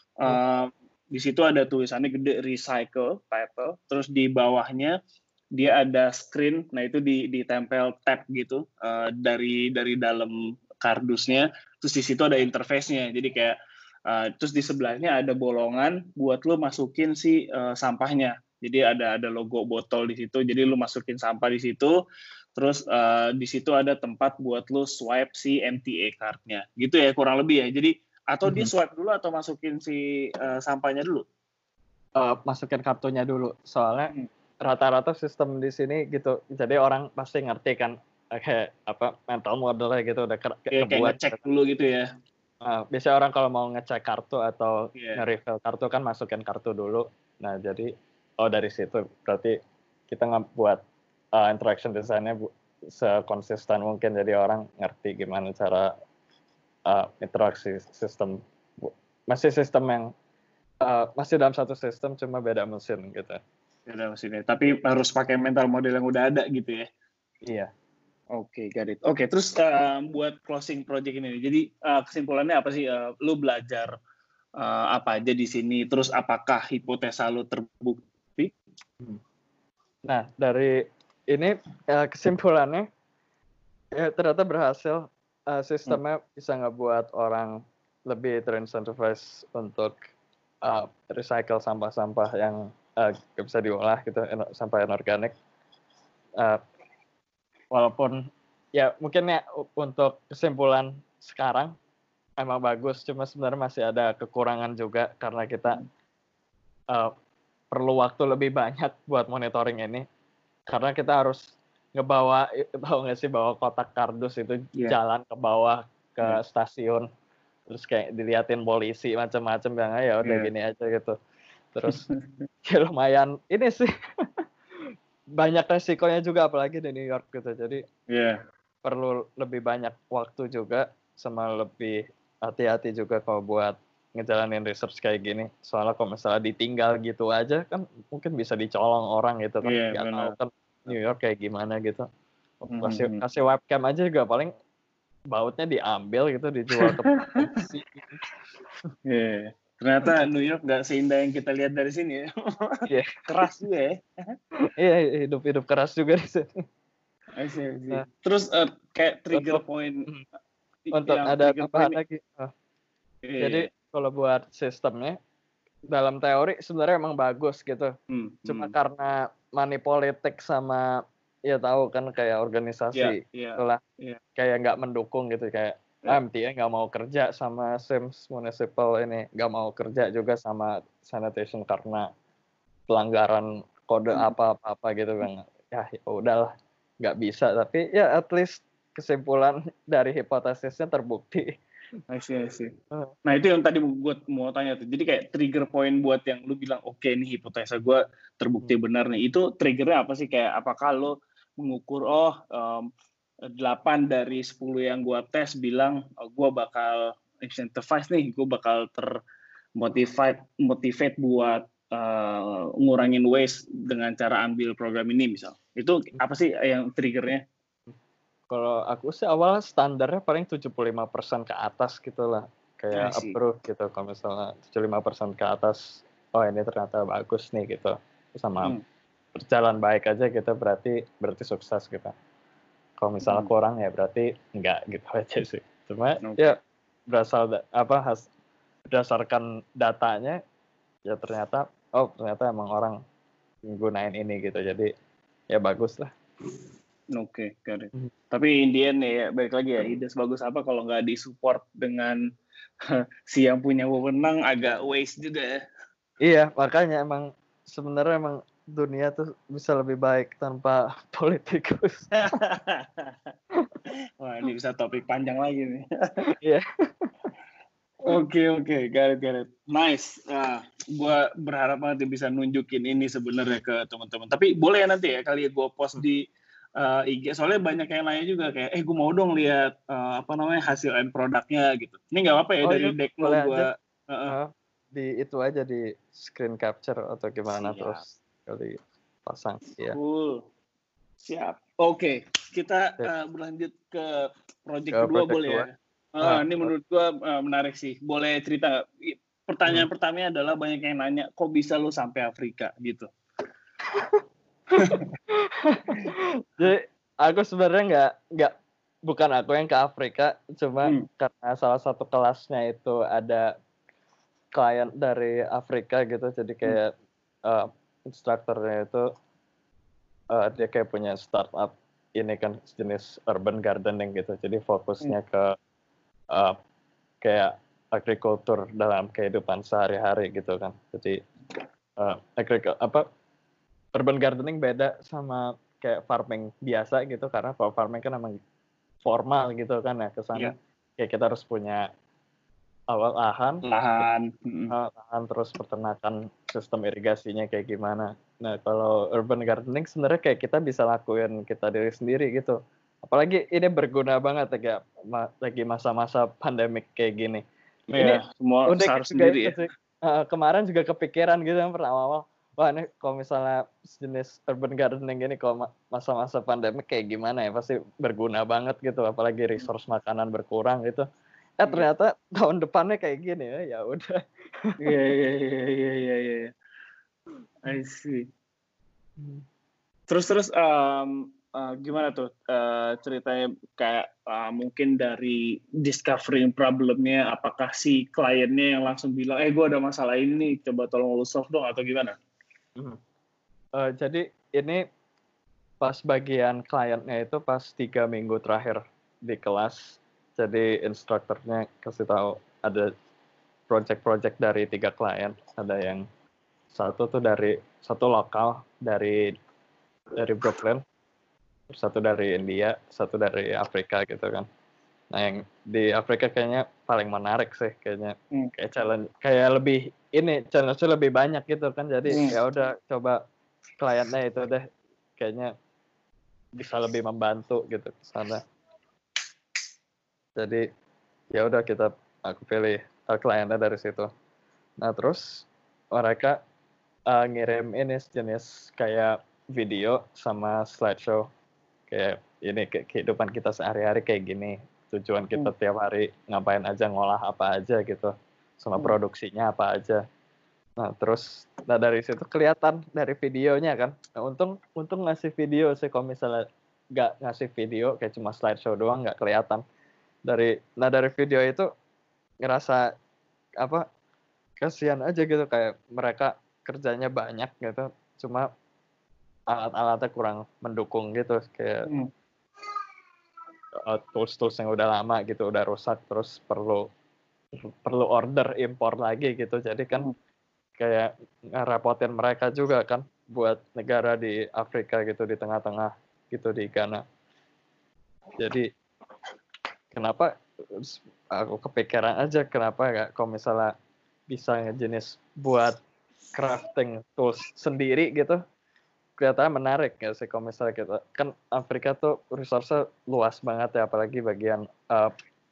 Uh, hmm. Di situ ada tulisannya gede recycle title. Terus di bawahnya dia ada screen. Nah itu di ditempel tab gitu uh, dari dari dalam kardusnya. Terus di situ ada interface-nya, jadi kayak uh, terus di sebelahnya ada bolongan buat lo masukin si uh, sampahnya. Jadi ada ada logo botol di situ, jadi lo masukin sampah di situ. Terus uh, di situ ada tempat buat lo swipe si M T A card-nya, gitu ya kurang lebih ya. Jadi atau mm-hmm. dia swipe dulu atau masukin si uh, sampahnya dulu? Uh, masukin kartunya dulu, soalnya hmm. rata-rata sistem di sini gitu. Jadi orang pasti ngerti kan. Kayak apa mental modelnya gitu udah ke- ya, kebuat. Kayak ngecek dulu gitu ya. Nah, biasanya orang kalau mau ngecek kartu atau yeah. nge-refill kartu kan masukin kartu dulu. Nah jadi oh dari situ berarti kita ngebuat uh, interaction design-nya bu- sekonsisten mungkin, jadi orang ngerti gimana cara uh, interaksi sistem. Masih sistem yang uh, masih dalam satu sistem cuma beda mesin gitu. Beda mesinnya. Tapi harus pakai mental model yang udah ada gitu ya. Iya. Oke, okay, got it. Oke, okay, terus uh, buat closing project ini, jadi uh, kesimpulannya apa sih? Uh, lu belajar uh, apa aja di sini? Terus apakah hipotesa lu terbukti? Nah, dari ini uh, kesimpulannya, ya ternyata berhasil. Uh, sistemnya hmm. bisa ngebuat orang lebih terincentivise untuk uh, recycle sampah-sampah yang uh, gak bisa diolah gitu, sampah anorganik. Uh, Walaupun ya mungkin ya untuk kesimpulan sekarang emang bagus, cuma sebenarnya masih ada kekurangan juga karena kita uh, perlu waktu lebih banyak buat monitoring ini, karena kita harus ngebawa, tahu nggak sih, bawa kotak kardus itu yeah. jalan ke bawah ke yeah. stasiun, terus kayak diliatin polisi macam-macam, yang ya udah yeah. gini aja gitu, terus ya lumayan ini sih. Banyak resikonya juga apalagi di New York gitu, jadi yeah. perlu lebih banyak waktu juga sama lebih hati-hati juga kalau buat ngejalanin research kayak gini, soalnya kalau misalnya ditinggal gitu aja kan mungkin bisa dicolong orang gitu kan, yeah, nggak tahu kan New York kayak gimana gitu. Kasih mm-hmm. kasih webcam aja juga paling bautnya diambil gitu, dijual ke polisi. Yeah. Ternyata New York nggak seindah yang kita lihat dari sini ya. Yeah. Keras juga ya. Iya, hidup-hidup keras juga di sini. I see, I see. Nah, terus uh, kayak trigger untuk, point untuk ada tambahan lagi. Oh. Yeah. Jadi kalau buat sistemnya dalam teori sebenarnya emang bagus gitu. Hmm, Cuma hmm. karena money politik sama ya tahu kan kayak organisasi yeah, yeah, itulah yeah. kayak nggak mendukung gitu, kayak yeah. M T A nggak mau kerja sama Sims Municipal ini, nggak mau kerja juga sama sanitation karena pelanggaran kode apa-apa gitu kan. Ya, ya udahlah, nggak bisa. Tapi ya at least kesimpulan dari hipotesisnya terbukti. I see, I see. Nah itu yang tadi gue mau tanya tuh. Jadi kayak trigger point buat yang lu bilang oke okay, nih hipotesa gue terbukti hmm. benar nih. Itu triggernya apa sih? Kayak apakah lu mengukur oh um, delapan dari sepuluh yang gue tes bilang oh, gue bakal incentivize nih, gue bakal termotivate motivate buat uh, ngurangin waste dengan cara ambil program ini misal. Itu apa sih yang triggernya? Kalau aku sih awalnya standarnya paling tujuh puluh lima persen ke atas gitu lah. Kayak approve gitu. Kalau misalnya tujuh puluh lima persen ke atas, oh ini ternyata bagus nih gitu. Sama hmm. berjalan baik aja gitu, berarti berarti sukses gitu. Kalau misalnya Hmm. kurang ya berarti enggak gitu aja sih. Cuma Oke. ya berasal da- apa has, berdasarkan datanya ya ternyata oh ternyata emang orang nggunain ini gitu. Jadi ya bagus lah. Oke, got it. Hmm. Tapi Indian ya, balik lagi ya, ide sebagus apa kalau nggak disupport dengan si yang punya wewenang agak waste juga ya. Iya, makanya emang sebenarnya emang dunia tuh bisa lebih baik tanpa politikus. Wah, ini bisa topik panjang lagi nih. Iya. Oke, oke, got it, got it. Nice. Nah, gue berharap nanti bisa nunjukin ini sebenarnya ke teman-teman. Tapi boleh ya nanti ya kali ya gue post di uh, I G. Soalnya banyak yang nanya juga kayak, eh gue mau dong lihat uh, apa namanya hasil end produknya gitu. Ini nggak apa-apa ya Oh dari iya, deck lo boleh aja. gue. Uh, Uh, di itu aja di screen capture atau gimana Siap. terus kali pasang. Iya. Cool. Siap. Oke, kita Oke. uh, berlanjut ke project Ke kedua project boleh dua. ya? Uh, Ah, ini menurut gua uh, menarik sih. Boleh cerita nggak? I- Pertanyaan hmm. pertamanya adalah banyak yang nanya, kok bisa lo sampai Afrika gitu? Jadi aku sebenarnya nggak nggak bukan aku yang ke Afrika, cuma Hmm. karena salah satu kelasnya itu ada klien dari Afrika gitu, jadi kayak uh, instrukturnya itu uh, dia kayak punya startup ini kan jenis urban gardening gitu, jadi fokusnya ke uh, kayak agrikultur dalam kehidupan sehari-hari gitu kan. Jadi uh, agrikul apa urban gardening beda sama kayak farming biasa gitu, karena kalau farming kan emang formal gitu kan ya ke sana. Iya. Kayak kita harus punya awal lahan, Lahan. Hmm. uh, lahan terus peternakan, sistem irigasinya kayak gimana. Nah, kalau urban gardening sebenarnya kayak kita bisa lakuin kita diri sendiri gitu. Apalagi ini berguna banget ya kayak ma- lagi masa-masa pandemik kayak gini. Ini Iya, semua unik usaha juga sendiri itu ya. sih. Uh, kemarin juga kepikiran gitu yang pernah awal. Wah ini kalau misalnya jenis urban gardening gini kalau ma- masa-masa pandemik kayak gimana ya pasti berguna banget gitu. Apalagi resource makanan berkurang gitu. Eh Iya. ternyata tahun depannya kayak gini ya. Ya udah. Iya, iya, iya, iya, iya, iya. I see. Terus terus um, uh, gimana tuh uh, ceritanya kayak uh, mungkin dari discovering problemnya, apakah si kliennya yang langsung bilang, eh gue ada masalah ini nih, coba tolong lu solve dong atau gimana? Hmm. Uh, jadi ini pas bagian kliennya itu pas tiga minggu terakhir di kelas. Jadi instrukturnya kasih tahu ada project-project dari tiga klien. Ada yang satu tuh dari satu lokal dari dari Brooklyn, satu dari India, satu dari Afrika gitu kan. Nah yang di Afrika kayaknya paling menarik sih kayaknya. Hmm. Kayak challenge kayak lebih ini challenge lebih banyak gitu kan. Jadi Hmm. ya udah coba kliennya itu deh kayaknya bisa lebih membantu gitu ke sana. Jadi ya udah kita aku pilih uh, kliennya dari situ. Nah terus mereka uh, ngirim ini jenis kayak video sama slideshow kayak ini kayak kehidupan kita sehari-hari kayak gini, tujuan kita Hmm. tiap hari ngapain aja, ngolah apa aja gitu, sama Hmm. produksinya apa aja. Nah terus nah dari situ kelihatan dari videonya kan. Nah, untung untung ngasih video sih, kalau misalnya nggak ngasih video kayak cuma slideshow doang nggak kelihatan. Dari nah dari video itu ngerasa apa kasihan aja gitu kayak mereka kerjanya banyak gitu, cuma alat-alatnya kurang mendukung gitu kayak Hmm. uh, tools-tools yang udah lama gitu udah rusak terus perlu perlu order impor lagi gitu, jadi kan Hmm. kayak ngerepotin mereka juga kan buat negara di Afrika gitu di tengah-tengah gitu di Ghana. Jadi kenapa aku kepikiran aja kenapa nggak kalau misalnya bisa jenis buat crafting tools sendiri gitu, kelihatannya menarik ya sih kalau misalnya kita kan Afrika tuh resource luas banget ya, apalagi bagian uh,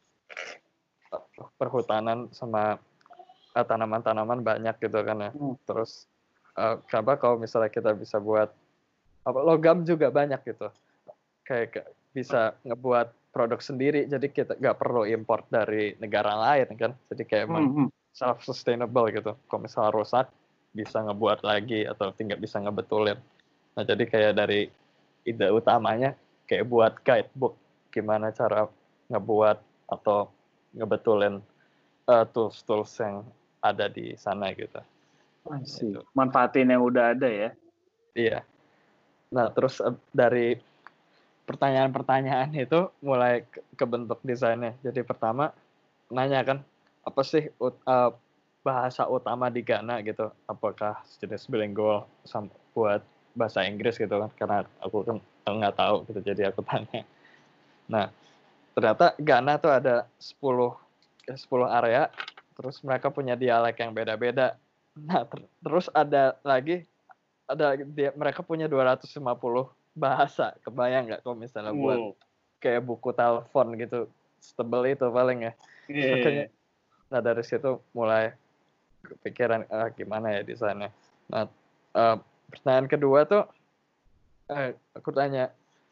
perhutanan sama uh, tanaman-tanaman banyak gitu kan ya. Hmm. Terus uh, kenapa kalau misalnya kita bisa buat apa logam juga banyak gitu, kayak bisa ngebuat produk sendiri jadi kita nggak perlu import dari negara lain kan, jadi kayak emang Hmm. self sustainable gitu. Kalau misalnya rusak bisa ngebuat lagi atau tinggal bisa ngebetulin. Nah jadi kayak dari ide utamanya kayak buat guidebook gimana cara ngebuat atau ngebetulin uh, tools-tools yang ada di sana gitu. Gitu. Manfaatin yang udah ada ya. Iya. Nah, terus uh, dari pertanyaan-pertanyaan itu mulai ke- kebentuk desainnya. Jadi pertama nanya kan, apa sih ut- uh, bahasa utama di Ghana gitu? Apakah jenis bilingual sam- buat bahasa Inggris gitu kan? Karena aku kan nggak tahu gitu, jadi aku tanya. Nah, ternyata Ghana tuh ada sepuluh sepuluh area, terus mereka punya dialek yang beda-beda. Nah, ter- terus ada lagi ada dia, mereka punya dua ratus lima puluh bahasa. Kebayang nggak kalau misalnya buat Wow. kayak buku telepon gitu, setebel itu paling ya. Yeah. Makanya, nah dari situ mulai kepikiran ah, gimana ya desainnya. Nah, uh, pertanyaan kedua tuh, eh, aku tanya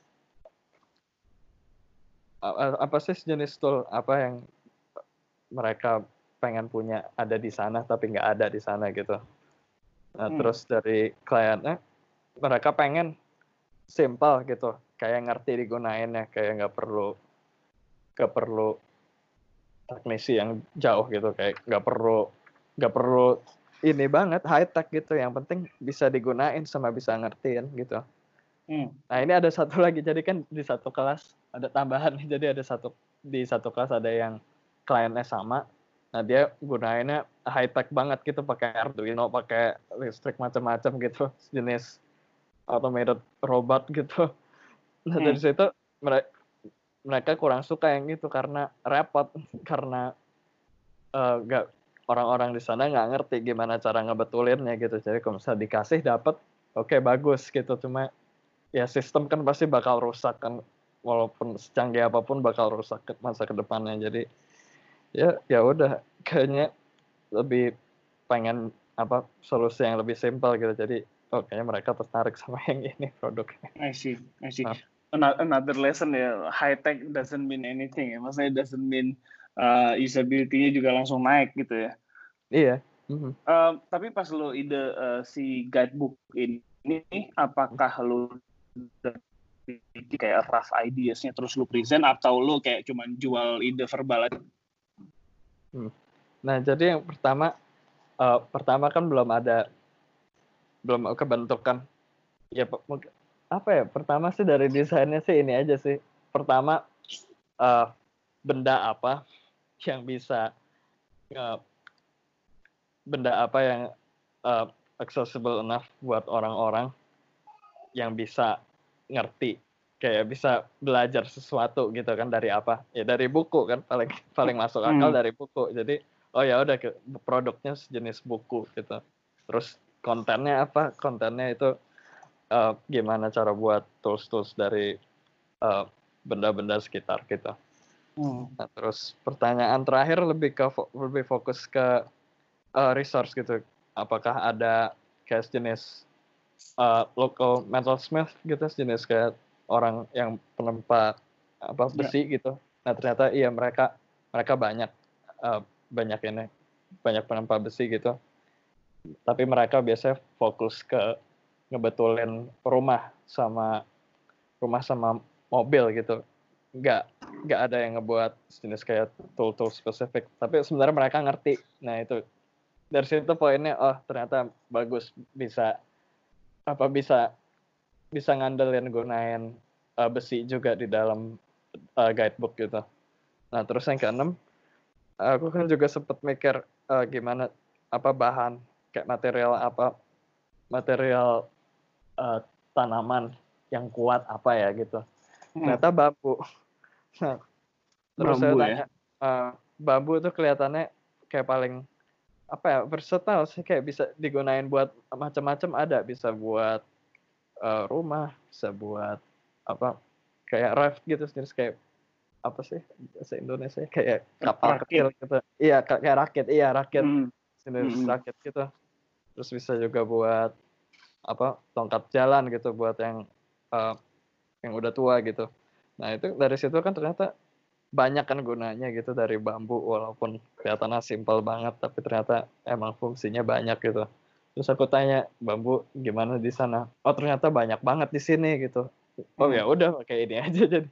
apa sih jenis tool apa yang mereka pengen punya ada di sana tapi nggak ada di sana gitu. Nah, Hmm. terus dari kliennya mereka pengen simple gitu, kayak ngerti digunainnya, kayak nggak perlu nggak perlu teknisi yang jauh gitu, kayak nggak perlu nggak perlu ini banget high tech gitu, yang penting bisa digunain sama bisa ngertiin gitu. Hmm. Nah, ini ada satu lagi, jadi kan di satu kelas ada tambahan, jadi ada satu di satu kelas ada yang kliennya sama. Nah, dia gunainnya high tech banget gitu, pakai Arduino, pakai listrik macam-macam gitu, jenis automated robot gitu. Nah, dari Hmm. situ mereka mereka kurang suka yang gitu karena repot, karena uh, gak, orang-orang di sana nggak ngerti gimana cara ngebetulinnya gitu. Jadi kalau misalnya dikasih dapat, oke okay, bagus gitu, cuma ya sistem kan pasti bakal rusak kan, walaupun secanggih apapun bakal rusak ke masa kedepannya. Jadi ya ya udah, kayaknya lebih pengen apa solusi yang lebih simpel gitu. Jadi oh, kayaknya mereka tertarik sama yang ini produknya. I see, I see. Nah, Another lesson ya, high tech doesn't mean anything ya. Maksudnya doesn't mean uh, usability-nya juga langsung naik gitu ya. iya. Mm-hmm. Uh, tapi pas lo ide uh, si guidebook ini, apakah lo kayak rough ideas-nya terus lo present, atau lo kayak cuman jual ide verbal aja? Hmm. Nah, jadi yang pertama, uh, pertama kan belum ada, belum kebentukan. Ya, apa ya? Pertama sih dari desainnya sih ini aja sih. Pertama, uh, benda apa yang bisa, uh, benda apa yang uh, accessible enough buat orang-orang yang bisa ngerti, kayak bisa belajar sesuatu gitu kan, dari apa? Ya dari buku kan, paling paling masuk akal dari buku. Jadi oh ya udah, produknya sejenis buku gitu. Terus kontennya apa? Kontennya itu uh, gimana cara buat tools-tools dari uh, benda-benda sekitar gitu. Hmm. Nah, terus pertanyaan terakhir lebih ke lebih fokus ke uh, resource gitu. Apakah ada kayak jenis uh, local metalsmith gitu, jenis kayak orang yang penempa apa besi yeah. gitu. Nah, ternyata iya mereka mereka banyak uh, banyak ini banyak penempa besi gitu. Tapi mereka biasanya fokus ke ngebetulin rumah sama rumah sama mobil gitu. Nggak nggak ada yang ngebuat jenis kayak tool-tool spesifik. Tapi sebenarnya mereka ngerti. Nah, itu dari situ poinnya, oh ternyata bagus, bisa apa bisa bisa ngandelin gunain uh, besi juga di dalam uh, guidebook gitu. Nah, terus yang keenam, aku kan juga sempat mikir uh, gimana apa bahan kayak material apa material uh, tanaman yang kuat apa ya gitu. Ternyata bambu. Nah, terus bambu, saya tanya, ya? uh, bambu tuh kelihatannya kayak paling apa ya, versatile sih, kayak bisa digunain buat macam-macam, ada bisa buat uh, rumah, bisa buat apa kayak raft gitu, jenis kayak apa sih bahasa Indonesia, kayak kapal rakit. kecil gitu. Iya, kayak rakit, iya rakit, hmm. jenis hmm. rakit gitu. Terus bisa juga buat apa tongkat jalan gitu, buat yang uh, yang udah tua gitu. Nah, itu dari situ kan ternyata banyak kan gunanya gitu dari bambu, walaupun kelihatannya simpel banget tapi ternyata emang fungsinya banyak gitu. Terus aku tanya, bambu gimana di sana? Oh ternyata banyak banget di sini gitu. oh Hmm. ya udah pakai ini aja jadi.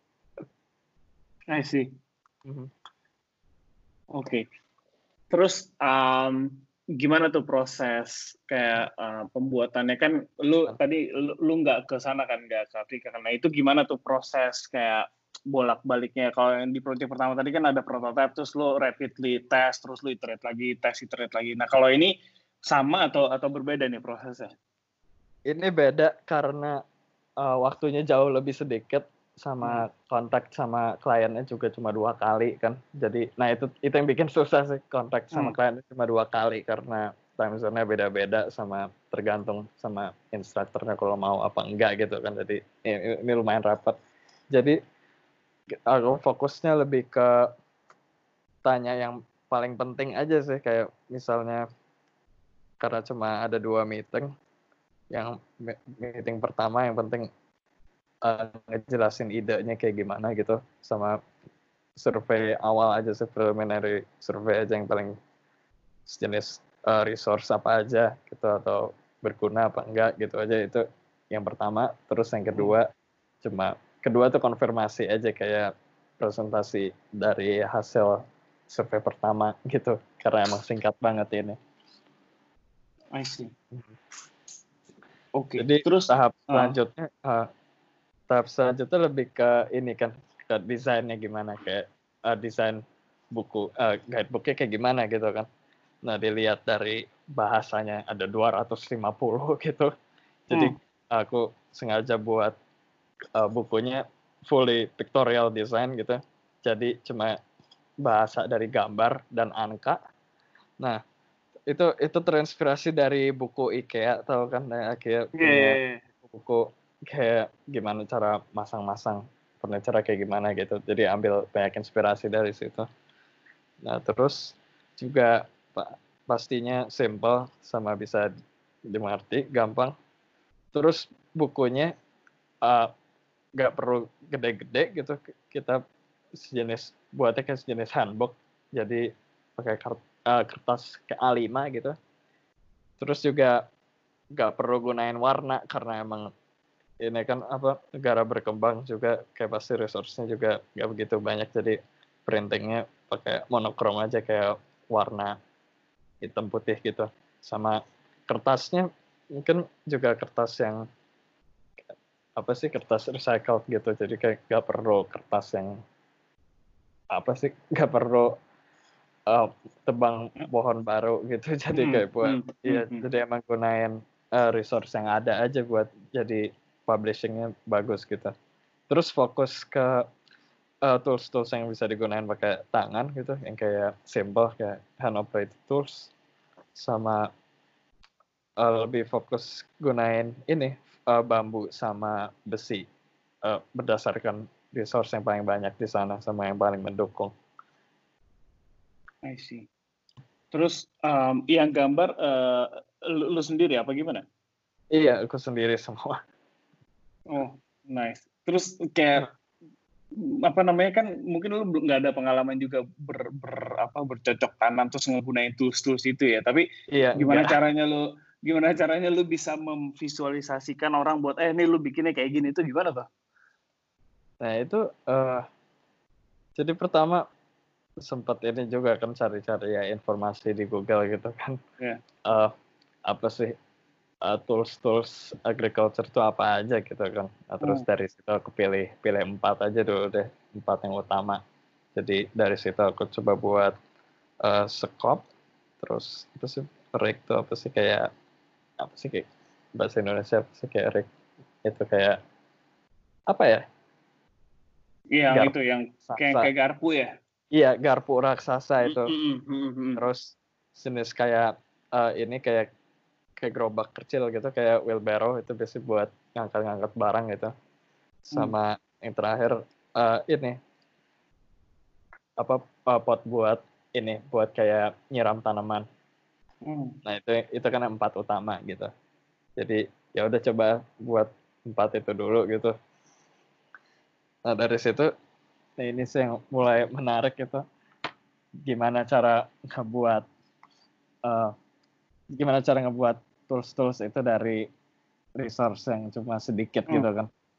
I see. Mhm. Oke. Terus um, gimana tuh proses kayak uh, pembuatannya kan lu tadi lu lu nggak ke sana kan, nggak ke Afrika kan. Nah itu gimana tuh proses kayak bolak-baliknya? Kalau yang di project pertama tadi kan ada prototype, terus lu rapidly test, terus lu iterate lagi, test iterate lagi. Nah kalau ini sama atau atau berbeda nih prosesnya? Ini beda karena uh, waktunya jauh lebih sedikit, sama Hmm. kontak sama kliennya juga cuma dua kali kan. Jadi, nah itu itu yang bikin susah sih, kontak sama Hmm. kliennya cuma dua kali karena time zone-nya beda-beda sama tergantung sama instrukturnya kalau mau apa enggak gitu kan. Jadi ini, ini lumayan rapat. Jadi aku fokusnya lebih ke tanya yang paling penting aja sih, kayak misalnya karena cuma ada dua meeting, yang meeting pertama yang penting uh, ngejelasin idenya kayak gimana gitu, sama survei awal aja sih, preliminary survei aja yang paling sejenis uh, resource apa aja gitu atau berguna apa enggak gitu aja, itu yang pertama. Terus yang kedua cuma kedua tuh konfirmasi aja, kayak presentasi dari hasil survei pertama gitu, karena emang singkat banget ini. I see. Oke. Jadi Terus tahap uh, selanjutnya uh, tahap selanjutnya lebih ke ini kan, ke desainnya gimana, kayak uh, desain buku, uh, guidebooknya kayak gimana gitu kan. Nah dilihat dari bahasanya ada dua ratus lima puluh gitu, jadi hmm. aku sengaja buat uh, bukunya fully pictorial design gitu, jadi cuma bahasa dari gambar dan angka. Nah itu itu terinspirasi dari buku IKEA, tahu kan? Nah, IKEA Yeah, punya yeah, yeah. buku kayak gimana cara masang-masang furniture kayak gimana gitu, jadi ambil banyak inspirasi dari situ. Nah terus juga pa- pastinya simple sama bisa dimengerti gampang. Terus bukunya uh, nggak perlu gede-gede gitu, kita sejenis buatnya kayak sejenis handbook, jadi pakai kart, uh, kertas kayak A lima gitu. Terus juga nggak perlu gunain warna karena emang ini kan apa, negara berkembang juga, kayak pasti resource-nya juga nggak begitu banyak, jadi printingnya pakai monokrom aja, kayak warna hitam putih gitu. Sama kertasnya mungkin juga kertas yang apa sih, kertas recycled gitu, jadi kayak nggak perlu kertas yang apa sih, nggak perlu uh, tebang pohon baru gitu. Jadi Hmm. kayak buat Hmm. Hmm. iya, Hmm. jadi emang gunain uh, resource yang ada aja buat jadi publishingnya bagus gitu. Terus fokus ke uh, tools-tools yang bisa digunain pakai tangan gitu, yang kayak simple kayak hand operated tools, sama uh, lebih fokus gunain ini uh, bambu sama besi, uh, berdasarkan resource yang paling banyak di sana sama yang paling mendukung. I see. Terus um, yang gambar uh, lu, lu sendiri apa gimana? Iya, aku sendiri semua. Oh, nice. Terus kayak apa namanya, kan mungkin lu belum nggak ada pengalaman juga ber, ber apa bercocok tanam terus ngegunain tools-tools itu ya. Tapi Iya, gimana enggak. caranya lu gimana caranya lu bisa memvisualisasikan orang buat eh ini lu bikinnya kayak gini, itu gimana tuh? Nah itu uh, jadi pertama sempat ini juga kan cari-cari ya informasi di Google gitu kan. Ya. Uh, apa sih uh, tools-tools agriculture itu apa aja gitu kan. Nah, terus Hmm. dari situ aku pilih pilih empat aja dulu deh, empat yang utama. Jadi dari situ aku coba buat uh, sekop, terus apa sih rig itu apa sih, kayak apa sih, kayak bahasa Indonesia apa sih kayak rig itu, kayak apa ya, Yang garpu itu yang kayak raksasa. kayak garpu ya. Iya, garpu raksasa Hmm. itu. Hmm. Hmm. Hmm. Terus jenis kayak uh, ini kayak kayak gerobak kecil gitu, kayak wheelbarrow, itu biasanya buat ngangkat-ngangkat barang gitu. Hmm. Sama yang terakhir uh, ini apa, uh, pot buat ini buat kayak nyiram tanaman. Hmm. Nah itu itu kan empat utama gitu. Jadi ya udah coba buat empat itu dulu gitu. Nah dari situ, nah ini sih yang mulai menarik gitu. Gimana cara ngebuat uh, gimana cara ngebuat tools-tools itu dari resource yang cuma sedikit Hmm. gitu kan.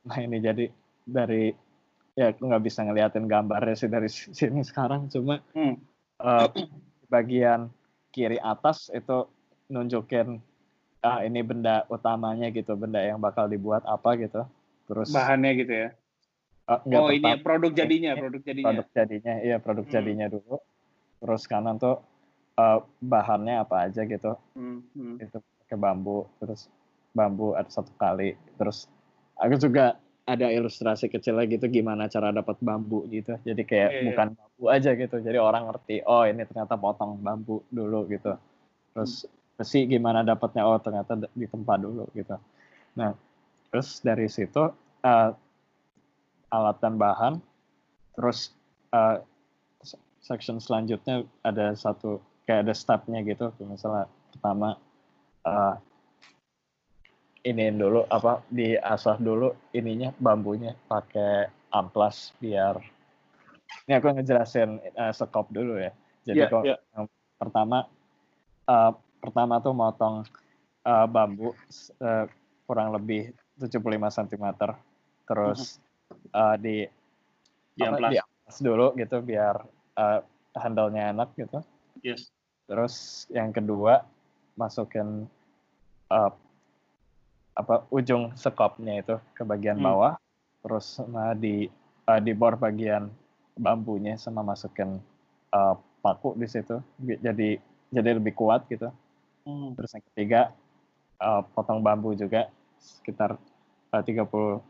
Nah ini jadi dari ya aku nggak bisa ngeliatin gambarnya sih dari sini sekarang, cuma Hmm. uh, bagian kiri atas itu nunjukin ah ini benda utamanya gitu, benda yang bakal dibuat apa gitu. Terus bahannya gitu ya. uh, enggak Oh ini pertama ya, produk jadinya, ini produk jadinya. produk jadinya, iya produk Hmm. jadinya dulu. Terus kanan tuh uh, bahannya apa aja gitu. Hmm. Hmm. Itu pakai bambu, terus bambu ada satu kali. Terus aku juga ada ilustrasi kecil lagi gitu gimana cara dapat bambu gitu. Jadi kayak Yeah, bukan bambu aja gitu. Jadi orang ngerti, oh ini ternyata potong bambu dulu gitu. Terus besi gimana dapatnya, oh ternyata di tempat dulu gitu. Nah, terus dari situ uh, alat dan bahan, terus uh, section selanjutnya ada satu kayak ada stepnya gitu. Misalnya pertama uh, iniin dulu apa diasah dulu ininya bambunya pakai amplas biar ini aku ngejelasin uh, sekop dulu ya. Jadi yeah, kalau yeah. yang pertama uh, pertama tuh motong uh, bambu uh, kurang lebih tujuh puluh lima sentimeter. Terus uh, di Di apa amplas. diamplas dulu gitu biar uh, handle-nya enak gitu. Yes. Terus yang kedua masukin uh, apa ujung sekopnya itu ke bagian Hmm. bawah, terus nah di uh, di bor bagian bambunya sama masukin uh, paku di situ jadi jadi lebih kuat gitu. Hmm. Terus yang ketiga uh, potong bambu juga sekitar uh, tiga puluh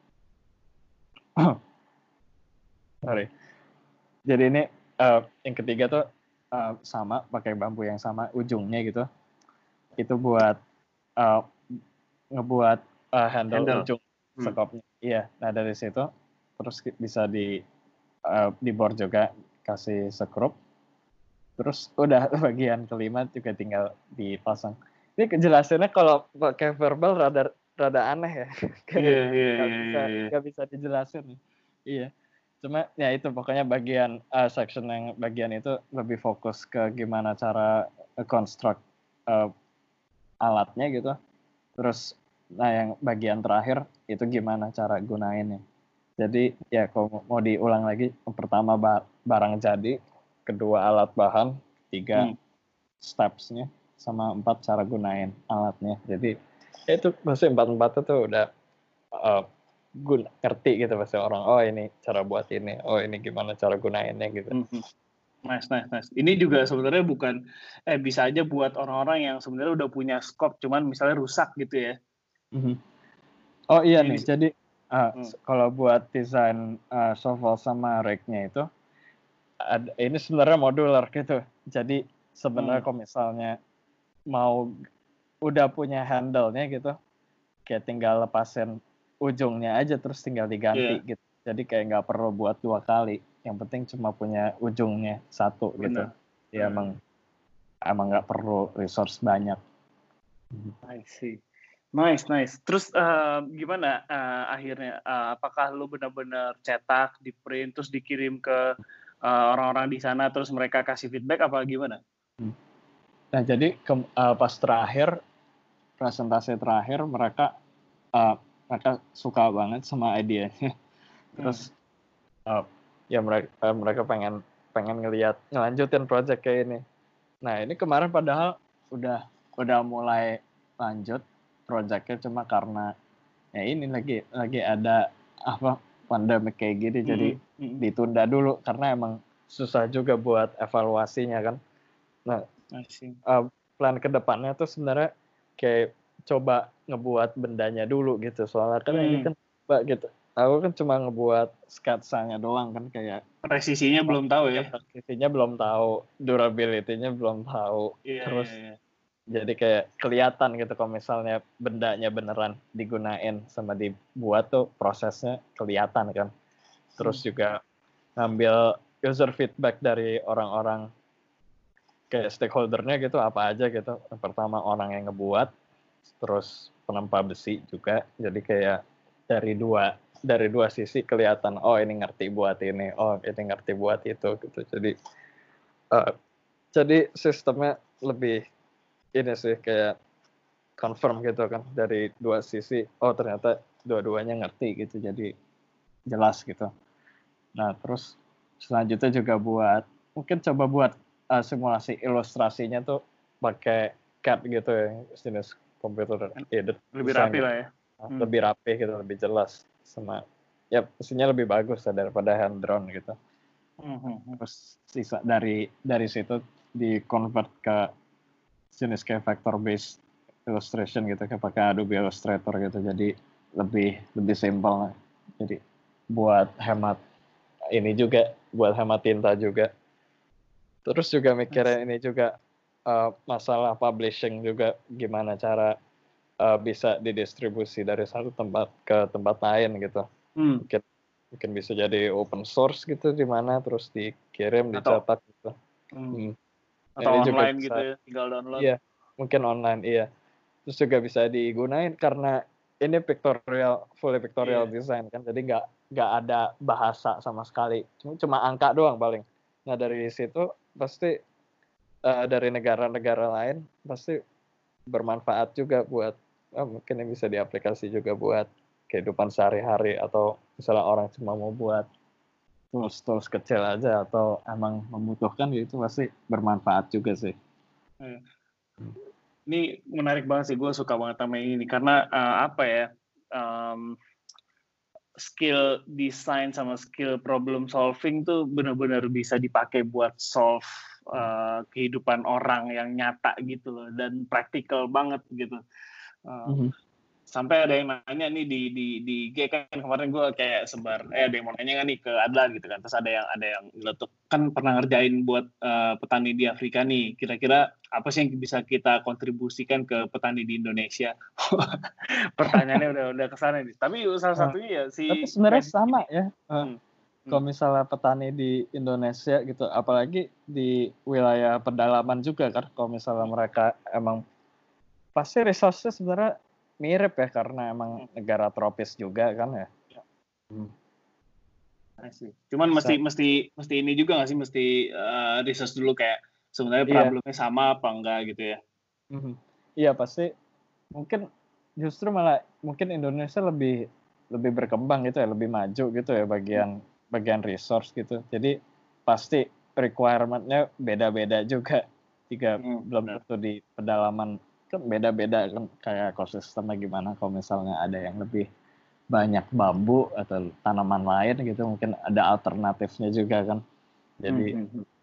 sorry. Jadi ini uh, yang ketiga tuh uh, sama pakai bambu yang sama ujungnya gitu. Itu buat uh, ngebuat uh, handle, Handle. ujung Hmm. sekopnya. Iya. Nah dari situ terus bisa di uh, di bor juga kasih sekrup. Terus udah bagian kelima juga tinggal dipasang. Ini kejelasannya kalau pakai verbal rada rada aneh ya. Iya, Kayak iya, nggak iya, bisa iya. nggak bisa dijelasin. Iya. Cuma ya itu pokoknya bagian uh, section yang bagian itu lebih fokus ke gimana cara construct uh, alatnya gitu. Terus nah yang bagian terakhir itu gimana cara gunainnya. Jadi ya kalau mau diulang lagi, pertama barang jadi, kedua alat bahan, tiga Hmm. steps-nya, sama empat cara gunain alatnya. Jadi ya itu pasti empat-empatnya tuh udah uh, gun ngerti gitu pasti orang, oh ini cara buat ini, oh ini gimana cara gunainnya gitu. Hmm. Nice, nice, nice. Ini juga sebenarnya bukan, eh bisa aja buat orang-orang yang sebenarnya udah punya scope, cuman misalnya rusak gitu ya. Mm-hmm. Oh iya Ini nih, bisa. jadi uh, Hmm. kalau buat desain uh, shovel sama rake-nya itu, ada, ini sebenarnya modular gitu. Jadi sebenarnya Hmm. kalau misalnya mau udah punya handle-nya gitu, kayak tinggal lepasin ujungnya aja terus tinggal diganti Yeah. gitu. Jadi kayak nggak perlu buat dua kali. Yang penting cuma punya ujungnya satu gitu. Benar. Ya Hmm. emang emang nggak perlu resource banyak. I see. Nice, nice. Terus uh, gimana uh, akhirnya? Uh, apakah lu benar-benar cetak, di print, terus dikirim ke uh, orang-orang di sana, terus mereka kasih feedback apa gimana? Nah jadi ke, uh, pas terakhir presentasi terakhir mereka uh, mereka suka banget sama idenya. Terus uh, ya mereka uh, mereka pengen pengen ngelihat ngelanjutin project kayak ini. Nah ini kemarin padahal udah udah mulai lanjut projectnya, cuma karena ya ini lagi lagi ada apa pandemi kayak gini, Mm-hmm. jadi Mm-hmm. ditunda dulu karena emang susah juga buat evaluasinya kan. Nah uh, plan kedepannya tuh sebenarnya kayak coba ngebuat bendanya dulu gitu, soalnya kan hmm. ini kan mbak gitu. Aku kan cuma ngebuat sketsanya doang kan, kayak presisinya oh, belum tahu ya. Presisinya belum tahu, durability-nya belum tahu. Iya, Terus iya, iya. jadi kayak kelihatan gitu kalau misalnya bendanya beneran digunain sama dibuat tuh prosesnya kelihatan kan. Terus hmm. juga ngambil user feedback dari orang-orang kayak stakeholder-nya gitu apa aja gitu. Pertama orang yang ngebuat, terus penempa besi juga. Jadi kayak dari dua dari dua sisi kelihatan, oh ini ngerti buat ini, oh ini ngerti buat itu gitu. Jadi uh, jadi sistemnya lebih ini sih kayak confirm gitu kan dari dua sisi. Oh ternyata dua-duanya ngerti gitu, jadi jelas gitu. Nah, terus selanjutnya juga buat mungkin coba buat uh, simulasi ilustrasinya tuh pakai C A D gitu ya, jenis computer aided Lebih design rapi gitu. lah ya. Hmm. Lebih rapi gitu, lebih jelas sama ya pastinya lebih bagus lah daripada hand drawn gitu. Hmm. Terus sisa dari dari situ di convert ke jenis kayak vector based illustration gitu, kayak pakai Adobe Illustrator gitu, jadi lebih lebih simple lah. Jadi buat hemat ini juga, buat hemat tinta juga. Terus juga mikirin ini juga uh, masalah publishing juga, gimana cara uh, bisa didistribusi dari satu tempat ke tempat lain gitu. Hmm. Mungkin mungkin bisa jadi open source gitu, di mana terus dikirim, Atau, dicetak gitu. hmm. Hmm. Atau Ini online juga bisa, gitu ya, tinggal download. Iya, mungkin online, iya. Terus juga bisa digunain karena ini pictorial, fully pictorial Iya. design kan, jadi nggak nggak ada bahasa sama sekali, cuma cuma angka doang paling. Nah dari situ pasti uh, dari negara-negara lain pasti bermanfaat juga buat, oh, mungkin ini bisa diaplikasi juga buat kehidupan sehari-hari, atau misalnya orang cuma mau buat tools-tools kecil aja atau emang membutuhkan gitu, pasti bermanfaat juga sih. Iya. Ini menarik banget sih, gue suka banget sama ini karena uh, apa ya, um, skill design sama skill problem solving tuh benar-benar bisa dipakai buat solve uh, kehidupan orang yang nyata gitu loh, dan praktikal banget gitu. Uh, Mm-hmm. Sampai ada yang nanya nih di di di I G kan, kemarin gue kayak sebar, eh ada yang mau nanya kan nih ke Adlan gitu kan, terus ada yang ada yang ngeletuk, kan pernah ngerjain buat uh, petani di Afrika nih, kira-kira apa sih yang bisa kita kontribusikan ke petani di Indonesia? Pertanyaannya udah udah kesana nih, tapi salah satunya ya si tapi sebenarnya Magic sama ini. ya, uh, Hmm. kalau Hmm. misalnya petani di Indonesia gitu, apalagi di wilayah pedalaman juga kan, kalau misalnya mereka emang pasti resource-nya sebenarnya mirip ya, karena emang Hmm. negara tropis juga kan ya. Ya. Hmm. Sih. Cuman Bisa. mesti mesti mesti ini juga nggak sih, mesti uh, research dulu kayak sebenarnya Iya. problemnya sama apa enggak gitu ya. Mm-hmm. Iya pasti, mungkin justru malah mungkin Indonesia lebih lebih berkembang gitu ya, lebih maju gitu ya bagian bagian resource gitu. Jadi pasti requirement-nya beda-beda juga. Jika Hmm, belum benar. tentu di pedalaman kan beda-beda kan, kayak ekosistemnya gimana. Kalau misalnya ada yang lebih banyak bambu atau tanaman lain gitu, mungkin ada alternatifnya juga kan. Jadi Hmm, hmm.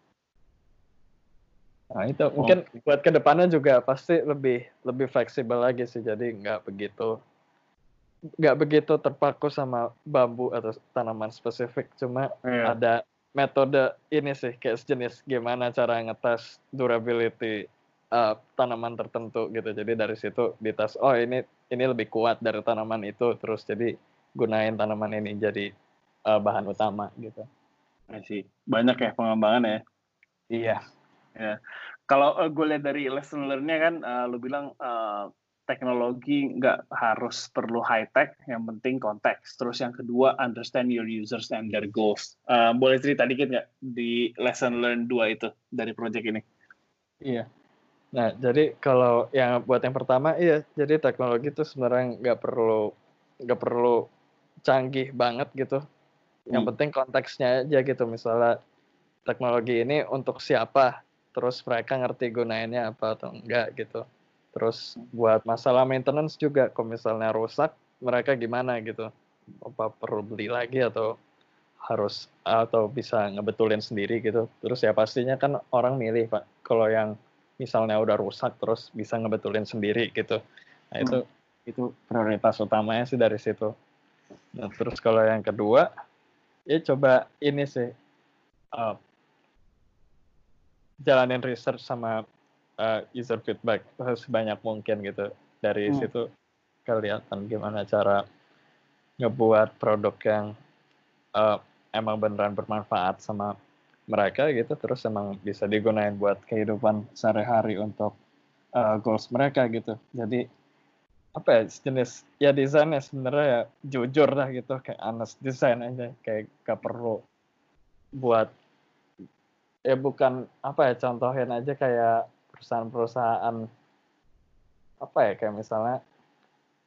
nah itu mungkin Oke. buat kedepannya juga pasti lebih lebih fleksibel lagi sih, jadi nggak begitu nggak begitu terpaku sama bambu atau tanaman spesifik, cuma Iya. ada metode ini sih, kayak sejenis gimana cara ngetes durability uh, tanaman tertentu gitu. Jadi dari situ dites, oh ini ini lebih kuat dari tanaman itu, terus jadi gunain tanaman ini jadi uh, bahan utama gitu. Masih banyak ya pengembangan ya. Iya. Ya. Kalau uh, gue lihat dari lesson learn-nya kan, uh, lu bilang uh, teknologi nggak harus perlu high tech, yang penting konteks. Terus yang kedua, understand your users and their goals. Uh, boleh cerita dikit nggak di lesson learn dua itu dari project ini? Iya. Nah, jadi kalau yang buat yang pertama, iya, jadi teknologi itu sebenarnya nggak perlu nggak perlu canggih banget gitu. Yang Hmm. penting konteksnya aja gitu. Misalnya teknologi ini untuk siapa, terus mereka ngerti gunainnya apa atau enggak gitu. Terus buat masalah maintenance juga, kalau misalnya rusak, mereka gimana gitu. Apa perlu beli lagi atau harus atau bisa ngebetulin sendiri gitu. Terus ya pastinya kan orang milih, Pak, kalau yang misalnya udah rusak terus bisa ngebetulin sendiri gitu. Nah itu Hmm. itu prioritas utamanya sih dari situ. Nah, terus kalau yang kedua, ya coba ini sih, uh, jalanin research sama uh, user feedback sebanyak mungkin gitu. Dari Hmm. situ kelihatan gimana cara ngebuat produk yang uh, emang beneran bermanfaat sama mereka gitu, terus emang bisa digunain buat kehidupan sehari-hari untuk uh, goals mereka gitu. Jadi apa ya, jenis ya desainnya sebenarnya ya jujur lah gitu, kayak honest design aja, kayak gak perlu buat ya, bukan apa ya, contohin aja kayak perusahaan-perusahaan apa ya, kayak misalnya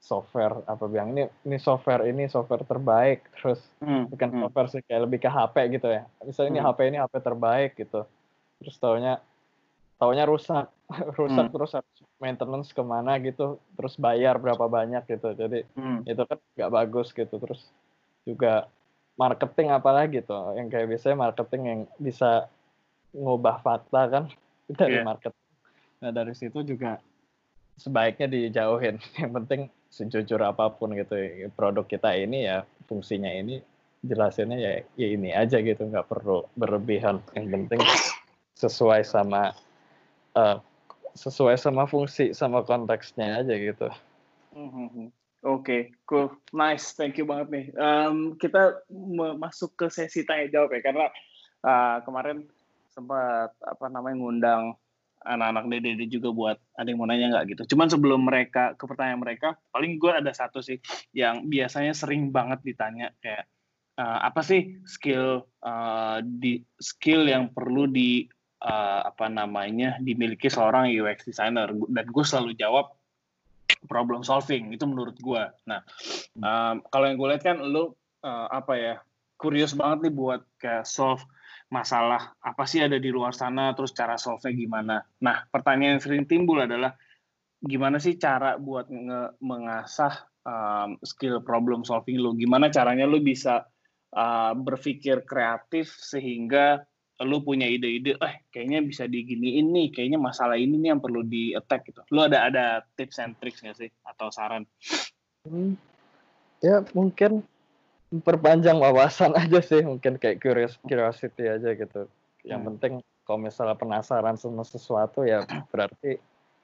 software apa bilang ini ini software ini software terbaik, terus Hmm, bukan hmm, software sih kayak lebih ke H P gitu ya. Misalnya ini hmm, H P ini H P terbaik gitu. Terus taunya taunya rusak, rusak hmm, terus harus maintenance kemana gitu, terus bayar berapa banyak gitu. Jadi hmm. itu kan nggak bagus gitu. Terus juga marketing apalagi tuh, yang kayak biasanya marketing yang bisa ngubah fakta kan dari Iya. market. Nah dari situ juga sebaiknya dijauhin. Yang penting sejujur apapun gitu produk kita ini ya fungsinya ini jelasinnya ya, ya ini aja gitu, nggak perlu berlebihan. Yang penting sesuai sama uh, sesuai sama fungsi sama konteksnya aja gitu. Hmm. Oke, okay, cool, nice, thank you banget nih. Um, kita masuk ke sesi tanya jawab ya, karena uh, kemarin sempat apa namanya ngundang anak-anak D D D juga buat ada yang mau nanya nggak gitu. Cuman sebelum mereka ke pertanyaan mereka, paling gue ada satu sih yang biasanya sering banget ditanya kayak uh, apa sih skill uh, di skill yang perlu di uh, apa namanya dimiliki seorang U X designer, dan gue selalu jawab problem solving, itu menurut gue. Nah, um, kalau yang gue lihat kan lu uh, apa ya, curious banget nih buat kayak solve masalah apa sih ada di luar sana, terus cara solve-nya gimana. Nah, pertanyaan yang sering timbul adalah gimana sih cara buat nge- mengasah um, skill problem solving lu? Gimana caranya lu bisa uh, berpikir kreatif sehingga lu punya ide-ide, eh kayaknya bisa diginiin nih, kayaknya masalah ini nih yang perlu di-attack gitu. Lu ada ada tips and tricks nggak sih atau saran? Hmm, ya mungkin memperpanjang wawasan aja sih, mungkin kayak curious curiosity aja gitu. Yang Hmm. penting kalau misalnya penasaran sama sesuatu ya berarti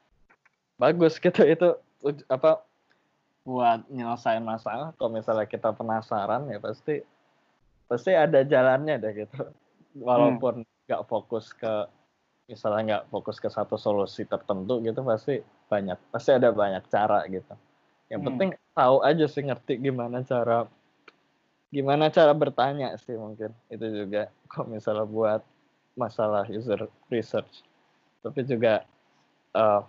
bagus gitu, itu apa buat nyelesain masalah. Kalau misalnya kita penasaran ya pasti pasti ada jalannya deh gitu. Hmm. Walaupun nggak fokus ke misalnya nggak fokus ke satu solusi tertentu gitu, pasti banyak pasti ada banyak cara gitu. Yang Hmm. penting tahu aja sih, ngerti gimana cara gimana cara bertanya sih, mungkin itu juga kalau misalnya buat masalah user research. Tapi juga uh,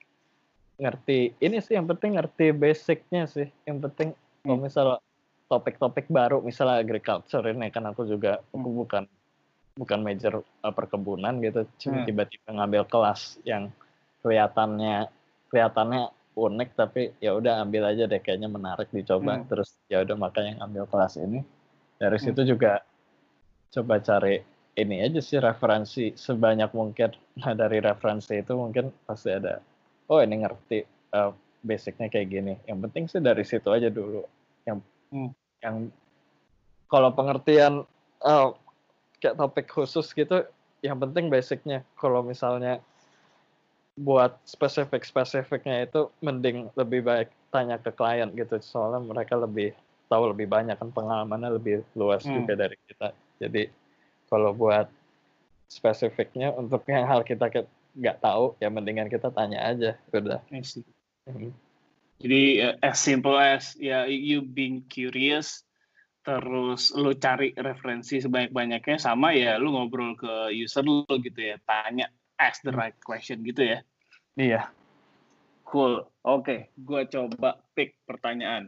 ngerti ini sih, yang penting ngerti basicnya sih. Yang penting kalau Hmm. misalnya topik-topik baru misalnya agriculture ini kan, aku juga aku Hmm. bukan bukan major uh, perkebunan gitu, cuma Hmm. tiba-tiba ngambil kelas yang kelihatannya kelihatannya unik, tapi ya udah ambil aja deh, kayaknya menarik dicoba, Hmm. terus ya udah makanya ngambil kelas ini. Dari Hmm. situ juga coba cari ini aja sih, referensi sebanyak mungkin. Nah dari referensi itu mungkin pasti ada, oh ini ngerti uh, basicnya kayak gini. Yang penting sih dari situ aja dulu. Yang Hmm. yang kalau pengertian uh, kayak topik khusus gitu, yang penting basicnya. Kalau misalnya buat spesifik-spesifiknya itu mending lebih baik tanya ke klien gitu, soalnya mereka lebih tahu lebih banyak kan, pengalamannya lebih luas Hmm. juga dari kita. Jadi kalau buat spesifiknya untuk yang hal kita nggak tahu ya mendingan kita tanya aja udah. I see. Hmm. Jadi uh, as simple as ya you being curious, terus lu cari referensi sebanyak-banyaknya, sama ya lu ngobrol ke user lu gitu ya, tanya, ask the right question gitu ya. Iya. Cool. Oke, okay. Gue coba pick pertanyaan.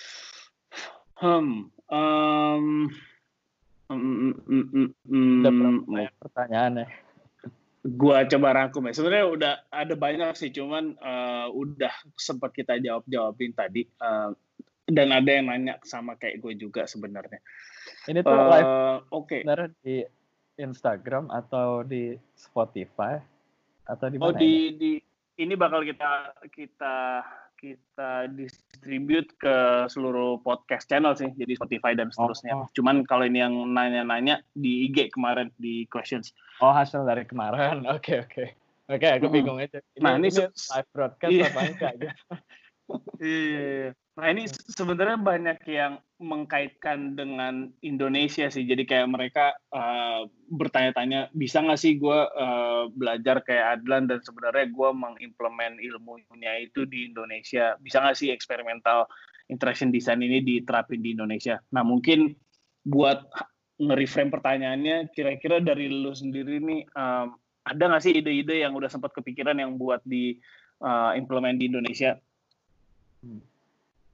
Hmm. Um, mm, mm, mm, Udah berapa mm, banyak pertanyaannya? Gue coba rangkum ya. Sebenarnya udah ada banyak sih, cuman uh, udah sempat kita jawab-jawabin tadi. Uh, dan ada yang nanya sama kayak gue juga sebenarnya. Ini tuh uh, live Oke. Okay. Di Instagram atau di Spotify atau di Oh, mana di ini? di ini bakal kita kita kita distribute ke seluruh podcast channel sih, jadi Spotify dan seterusnya. Oh. Cuman kalau ini yang nanya-nanya di I G kemarin di questions. Oh, hasil dari kemarin. Oke, oke. Oke, aku bingung aja. Ini Nah, ini, ini se- live broadcast iya. apa enggak gitu. Iya. Nah, ini sebenarnya banyak yang mengkaitkan dengan Indonesia sih. Jadi kayak mereka uh, bertanya-tanya, bisa nggak sih gue uh, belajar kayak Adlan dan sebenarnya gue mengimplement ilmunya itu di Indonesia. Bisa nggak sih eksperimental interaction design ini diterapin di Indonesia? Nah, mungkin buat nge-reframe pertanyaannya, kira-kira dari lu sendiri nih, um, ada nggak sih ide-ide yang udah sempat kepikiran yang buat di uh, implement di Indonesia? Hmm.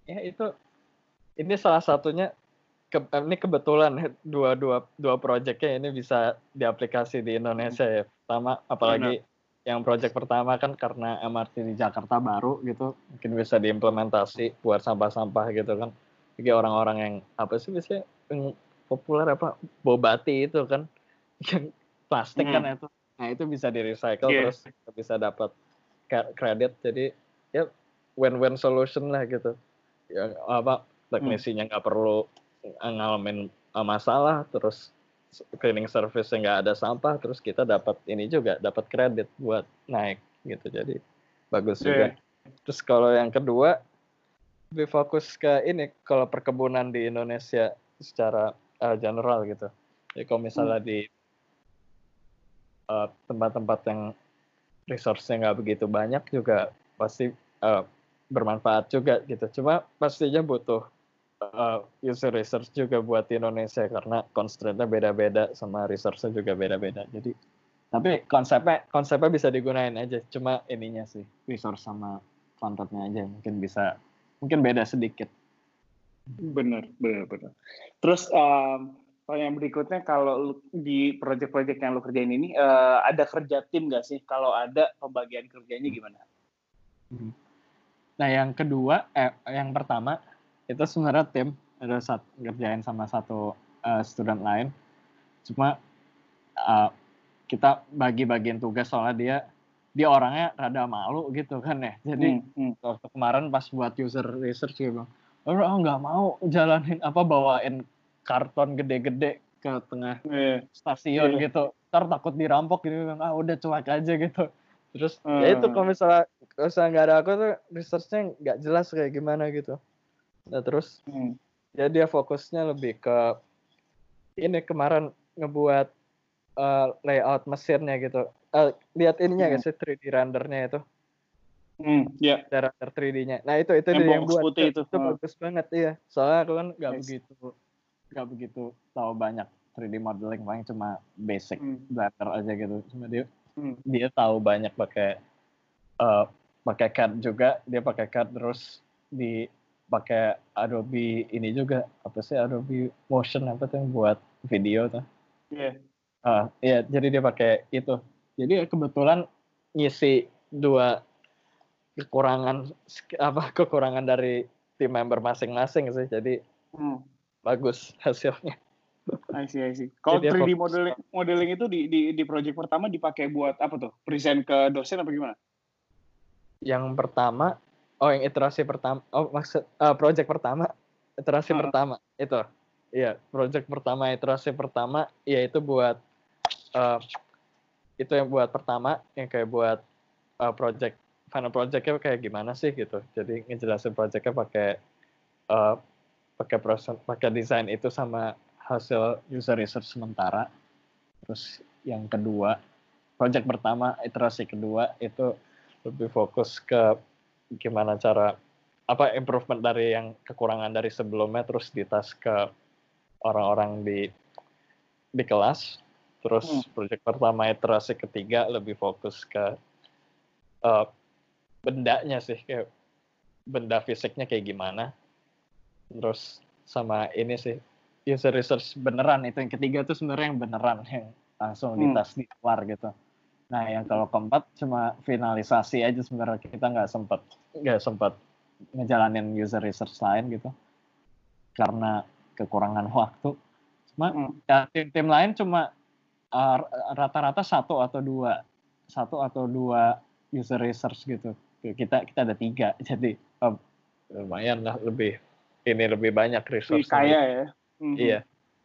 ya itu ini salah satunya ke, ini kebetulan dua dua dua proyeknya ini bisa diaplikasi di Indonesia ya. Pertama apalagi Benar. Yang proyek pertama kan karena M R T di Jakarta baru gitu, mungkin bisa diimplementasi buat sampah-sampah gitu kan. Jadi orang-orang yang apa sih biasanya yang populer apa Bobati itu kan yang plastik hmm. kan itu. Nah, itu bisa di-recycle yeah. terus bisa dapat kredit. Jadi ya win-win solution lah gitu. Ya apa teknisinya nggak hmm. perlu ngalamin masalah, terus cleaning service yang nggak ada sampah, terus kita dapat ini juga dapat kredit buat naik gitu, jadi bagus yeah. juga. Terus kalau yang kedua lebih fokus ke ini, kalau perkebunan di Indonesia secara uh, general gitu. Jadi kalau misalnya hmm. di uh, tempat-tempat yang resource-nya nggak begitu banyak juga pasti uh, bermanfaat juga gitu. Cuma pastinya butuh Uh, user research juga buat di Indonesia karena constraint-nya beda-beda sama resource-nya juga beda-beda. Jadi tapi konsepnya konsepnya bisa digunain aja. Cuma ininya sih resource sama content-nya aja mungkin bisa mungkin beda sedikit. Benar, benar, benar. Terus um, yang berikutnya kalau di proyek-proyek yang lo kerjain ini uh, ada kerja tim nggak sih? Kalau ada pembagian kerjanya gimana? Nah yang kedua, eh, yang pertama itu sebenarnya tim ada satu ngerjain sama satu uh, student lain, cuma uh, kita bagi-bagiin tugas soalnya dia dia orangnya rada malu gitu kan ya, jadi hmm, hmm. waktu kemarin pas buat user research dia bilang, oh nggak mau jalanin apa bawain karton gede-gede ke tengah yeah. stasiun yeah. gitu, ntar takut dirampok gitu, bilang ah udah cuek aja gitu. Terus hmm. ya itu kalau misalnya kalau misalnya nggak ada aku tuh researchnya nggak jelas kayak gimana gitu. Nah terus hmm. ya dia fokusnya lebih ke ini kemarin ngebuat uh, layout mesinnya gitu. Uh, lihat ininya hmm. guys, three D rendernya itu. Hmm, ya. Yeah. Render three D-nya. Nah itu itu yang, yang buat putih itu. Itu hmm. bagus banget iya. Soalnya aku kan nggak yes. begitu nggak begitu tahu banyak three D modeling, paling cuma basic hmm. Blender aja gitu. Cuma dia hmm. dia tahu banyak pakai uh, pakai C A D juga, dia pakai C A D terus di pakai Adobe ini juga, apa sih Adobe Motion apa tuh yang buat video tuh. Iya. Yeah. Uh, iya, jadi dia pakai itu. Jadi kebetulan ngisi dua kekurangan apa kekurangan dari tim member masing-masing sih. Jadi hmm. bagus hasilnya. I see, I see. Kalau three D modeling modeling itu di di di project pertama dipakai buat apa tuh? Present ke dosen apa gimana? Yang pertama Oh, yang iterasi pertama. Oh, maksud uh, project pertama, iterasi uh. pertama itu. Iya, project pertama, iterasi pertama, ya itu buat uh, itu yang buat pertama, yang kayak buat uh, project final projectnya kayak gimana sih gitu. Jadi ngejelasin projectnya pakai uh, pakai proses, pakai desain itu sama hasil user research sementara. Terus yang kedua, project pertama, iterasi kedua itu lebih fokus ke gimana cara apa improvement dari yang kekurangan dari sebelumnya, terus ditas ke orang-orang di di kelas. Terus hmm. project pertama iterasi ketiga lebih fokus ke uh, bendanya sih, kayak benda fisiknya kayak gimana. Terus sama ini sih user research beneran, itu yang ketiga tuh sebenarnya yang beneran yang langsung hmm. ditas di luar gitu. Nah, yang kalau keempat cuma finalisasi aja sebenarnya, kita nggak sempat nggak sempat ngejalanin user research lain gitu karena kekurangan waktu. Cuma hmm. ya, tim-tim lain cuma uh, rata-rata satu atau dua satu atau dua user research gitu. Kita kita ada tiga, jadi uh, lumayan lah, lebih ini lebih banyak resource. Kaya gitu. Ya. Mm-hmm. Iya.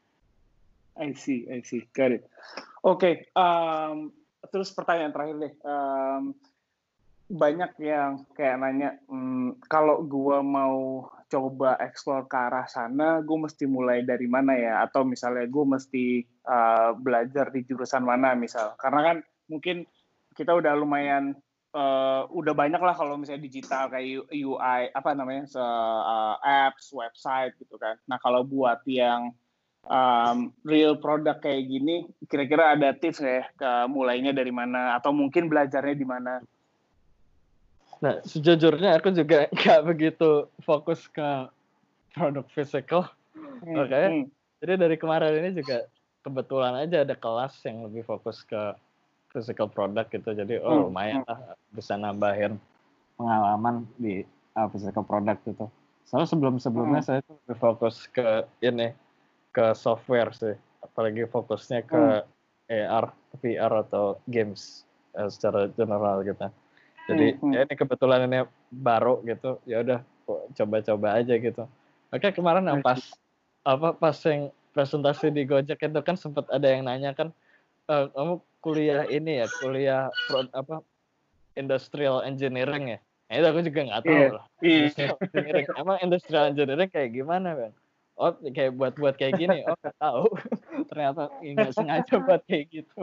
I see, I see, got it. Oke. Okay, um, Terus pertanyaan terakhir deh, um, banyak yang kayak nanya, um, kalau gue mau coba explore ke arah sana, gue mesti mulai dari mana ya? Atau misalnya gue mesti uh, belajar di jurusan mana misal? Karena kan mungkin kita udah lumayan, uh, udah banyak lah kalau misalnya digital kayak U I, apa namanya, se, uh, apps, website gitu kan. Nah kalau buat yang Um, real product kayak gini, kira-kira ada tips ya ke mulainya dari mana atau mungkin belajarnya di mana? Nah, sejujurnya aku juga nggak begitu fokus ke produk physical. Hmm, Oke. hmm, Jadi dari kemarin ini juga kebetulan aja ada kelas yang lebih fokus ke physical product gitu. Jadi oh hmm, lumayan hmm, lah bisa nambahin pengalaman di uh, physical product gitu. Soalnya sebelum-sebelumnya hmm, saya tuh lebih fokus ke ini, ke software sih. Apalagi fokusnya hmm, ke A R, V R atau games eh, secara general gitu. hmm, Jadi hmm. ya ini kebetulan ini baru gitu. Ya udah kok coba-coba aja gitu. Oke, kemarin yang I see. pas apa pas yang presentasi di Gojek itu kan sempat ada yang nanya kan, "Eh, kamu kuliah ini ya, kuliah pro- apa industrial engineering ya?" Nah, itu aku juga nggak tahu Iya, lah. iya. Industrial engineering. Emang industrial engineering kayak gimana, Bang? Oh, kayak buat-buat kayak gini. Oh, nggak tahu. Ternyata nggak sengaja buat kayak gitu.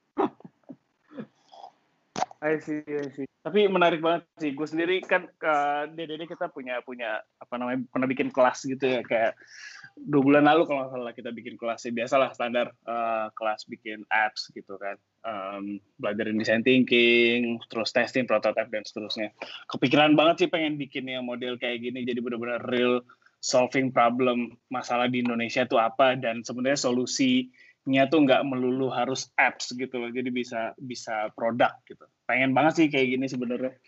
I see, I see. Tapi menarik banget sih. Gue sendiri kan ke D D D kita punya punya apa namanya pernah bikin kelas gitu ya kayak dua bulan lalu kalau nggak salah kita bikin kelas ya biasalah standar uh, kelas bikin apps gitu kan. Um, belajarin design thinking, terus testing, prototype dan seterusnya. Kepikiran banget sih pengen bikin yang model kayak gini jadi benar-benar real solving problem masalah di Indonesia itu apa dan sebenarnya solusi nya tuh nggak melulu harus apps gitu loh, jadi bisa bisa produk gitu. Pengen banget sih kayak gini sebenarnya.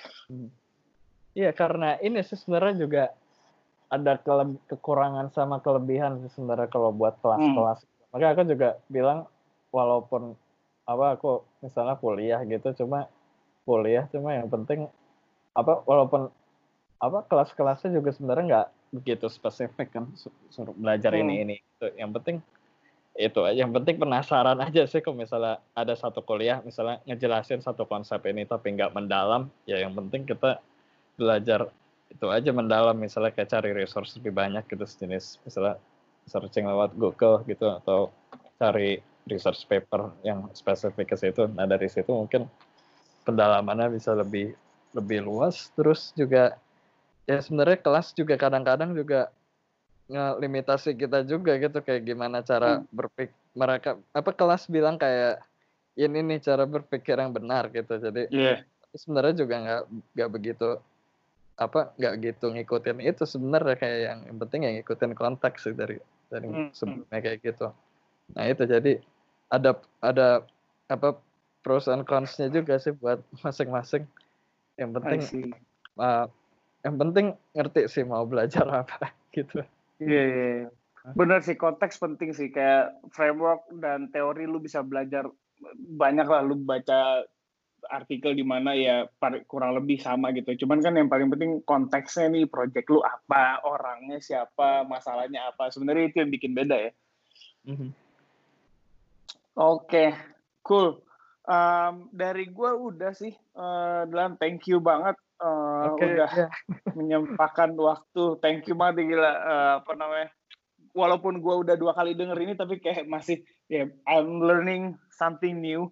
Iya, karena ini sih sebenarnya juga ada kele- kekurangan sama kelebihan sih sebenarnya kalau buat Hmm. kelas-kelas. Makanya aku juga bilang walaupun apa aku misalnya kuliah gitu, cuma kuliah cuma yang penting apa walaupun apa kelas-kelasnya juga sebenarnya nggak begitu spesifik kan su- suruh belajar Hmm. ini ini gitu. Yang penting itu aja. Yang penting penasaran aja sih kalau misalnya ada satu kuliah misalnya ngejelasin satu konsep ini tapi nggak mendalam, ya yang penting kita belajar itu aja mendalam misalnya kayak cari resource lebih banyak gitu sejenis misalnya searching lewat Google gitu atau cari research paper yang spesifik ke situ. Nah dari situ mungkin pendalamannya bisa lebih lebih luas. Terus juga ya sebenarnya kelas juga kadang-kadang juga ngelimitasi kita juga gitu kayak gimana cara Hmm. berpikir mereka apa kelas bilang kayak ini nih cara berpikir yang benar gitu. Jadi Iya. sebenarnya juga nggak nggak begitu apa nggak gitu ngikutin itu sebenarnya kayak yang, yang penting yang ngikutin konteks sih dari dari Hmm. sebelumnya kayak gitu. Nah itu jadi ada ada apa pros and cons-nya juga sih buat masing-masing. Yang penting I see. uh, yang penting ngerti sih mau belajar apa gitu. Iya, iya, iya. Benar sih, konteks penting sih. Kayak framework dan teori lu bisa belajar banyak lah. Lu baca artikel di mana ya kurang lebih sama gitu. Cuman kan yang paling penting konteksnya nih, project lu apa, orangnya siapa, masalahnya apa. Sebenarnya itu yang bikin beda ya. Mm-hmm. Oke, okay, cool. Um, dari gue udah sih, uh, Dalam thank you banget uh, Oke, udah ya. menyempatkan waktu. Thank you banget gila, uh, apa namanya? Walaupun gue udah dua kali denger ini, tapi kayak masih, ya, yeah, I'm learning something new.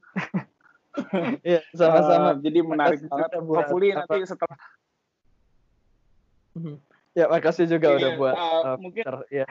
Iya, sama-sama. uh, jadi menarik Makasih banget. juga buat Hopefully apa? nanti setelah Ya, makasih juga udah ya, buat uh, uh, mungkin Peter. Ya.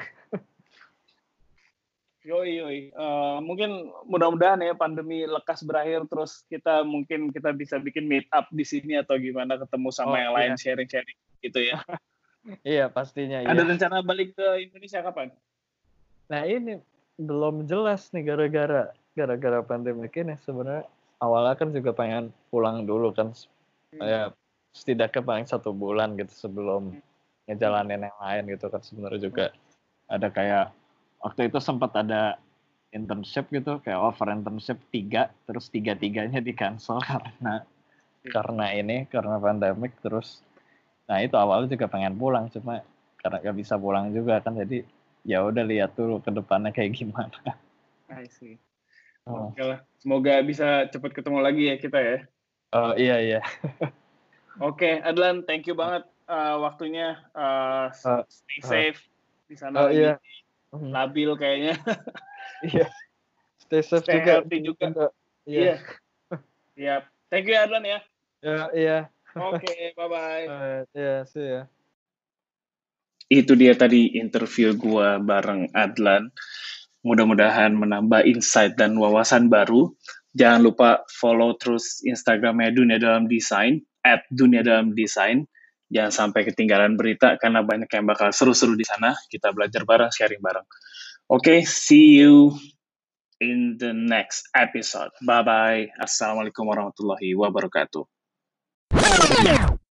Yoi, yoi. Uh, mungkin mudah-mudahan ya pandemi lekas berakhir terus kita mungkin kita bisa bikin meet up di sini atau gimana ketemu sama Oh, yang lain iya. sharing-sharing gitu ya. Iya, pastinya Ada iya. rencana balik ke Indonesia kapan? Nah, ini belum jelas nih gara-gara gara-gara pandemi ini sebenarnya awalnya kan juga pengen pulang dulu kan ya setidaknya paling satu bulan gitu sebelum ngejalanin yang lain gitu kan sebenarnya juga ada kayak waktu itu sempat ada internship gitu kayak offer internship tiga terus tiga tiganya di cancel karena karena ini karena pandemik terus nah itu awalnya juga pengen pulang cuma karena gak bisa pulang juga kan jadi ya udah lihat dulu ke depannya kayak gimana. I see. Oh. Oke lah. Semoga bisa cepat ketemu lagi ya kita ya. Oh iya iya. Oke, Adlan, thank you banget uh, waktunya. Uh, Uh, stay uh, safe. Di sana oh lagi iya. Hmm. labil kayaknya. Iya. Stay safe Stay juga. healthy juga. Iya. Iya. Yep. Thank you Adlan ya. Ya iya. Oke, bye-bye. Uh, iya, see ya. Itu dia tadi interview gua bareng Adlan. Mudah-mudahan menambah insight dan wawasan baru. Jangan lupa follow terus Instagramnya Dunia Dalam Desain. at Dunia Dalam Desain. Jangan sampai ketinggalan berita karena banyak yang bakal seru-seru di sana. Kita belajar bareng, sharing bareng. Oke, okay, see you in the next episode. Bye-bye. Assalamualaikum warahmatullahi wabarakatuh.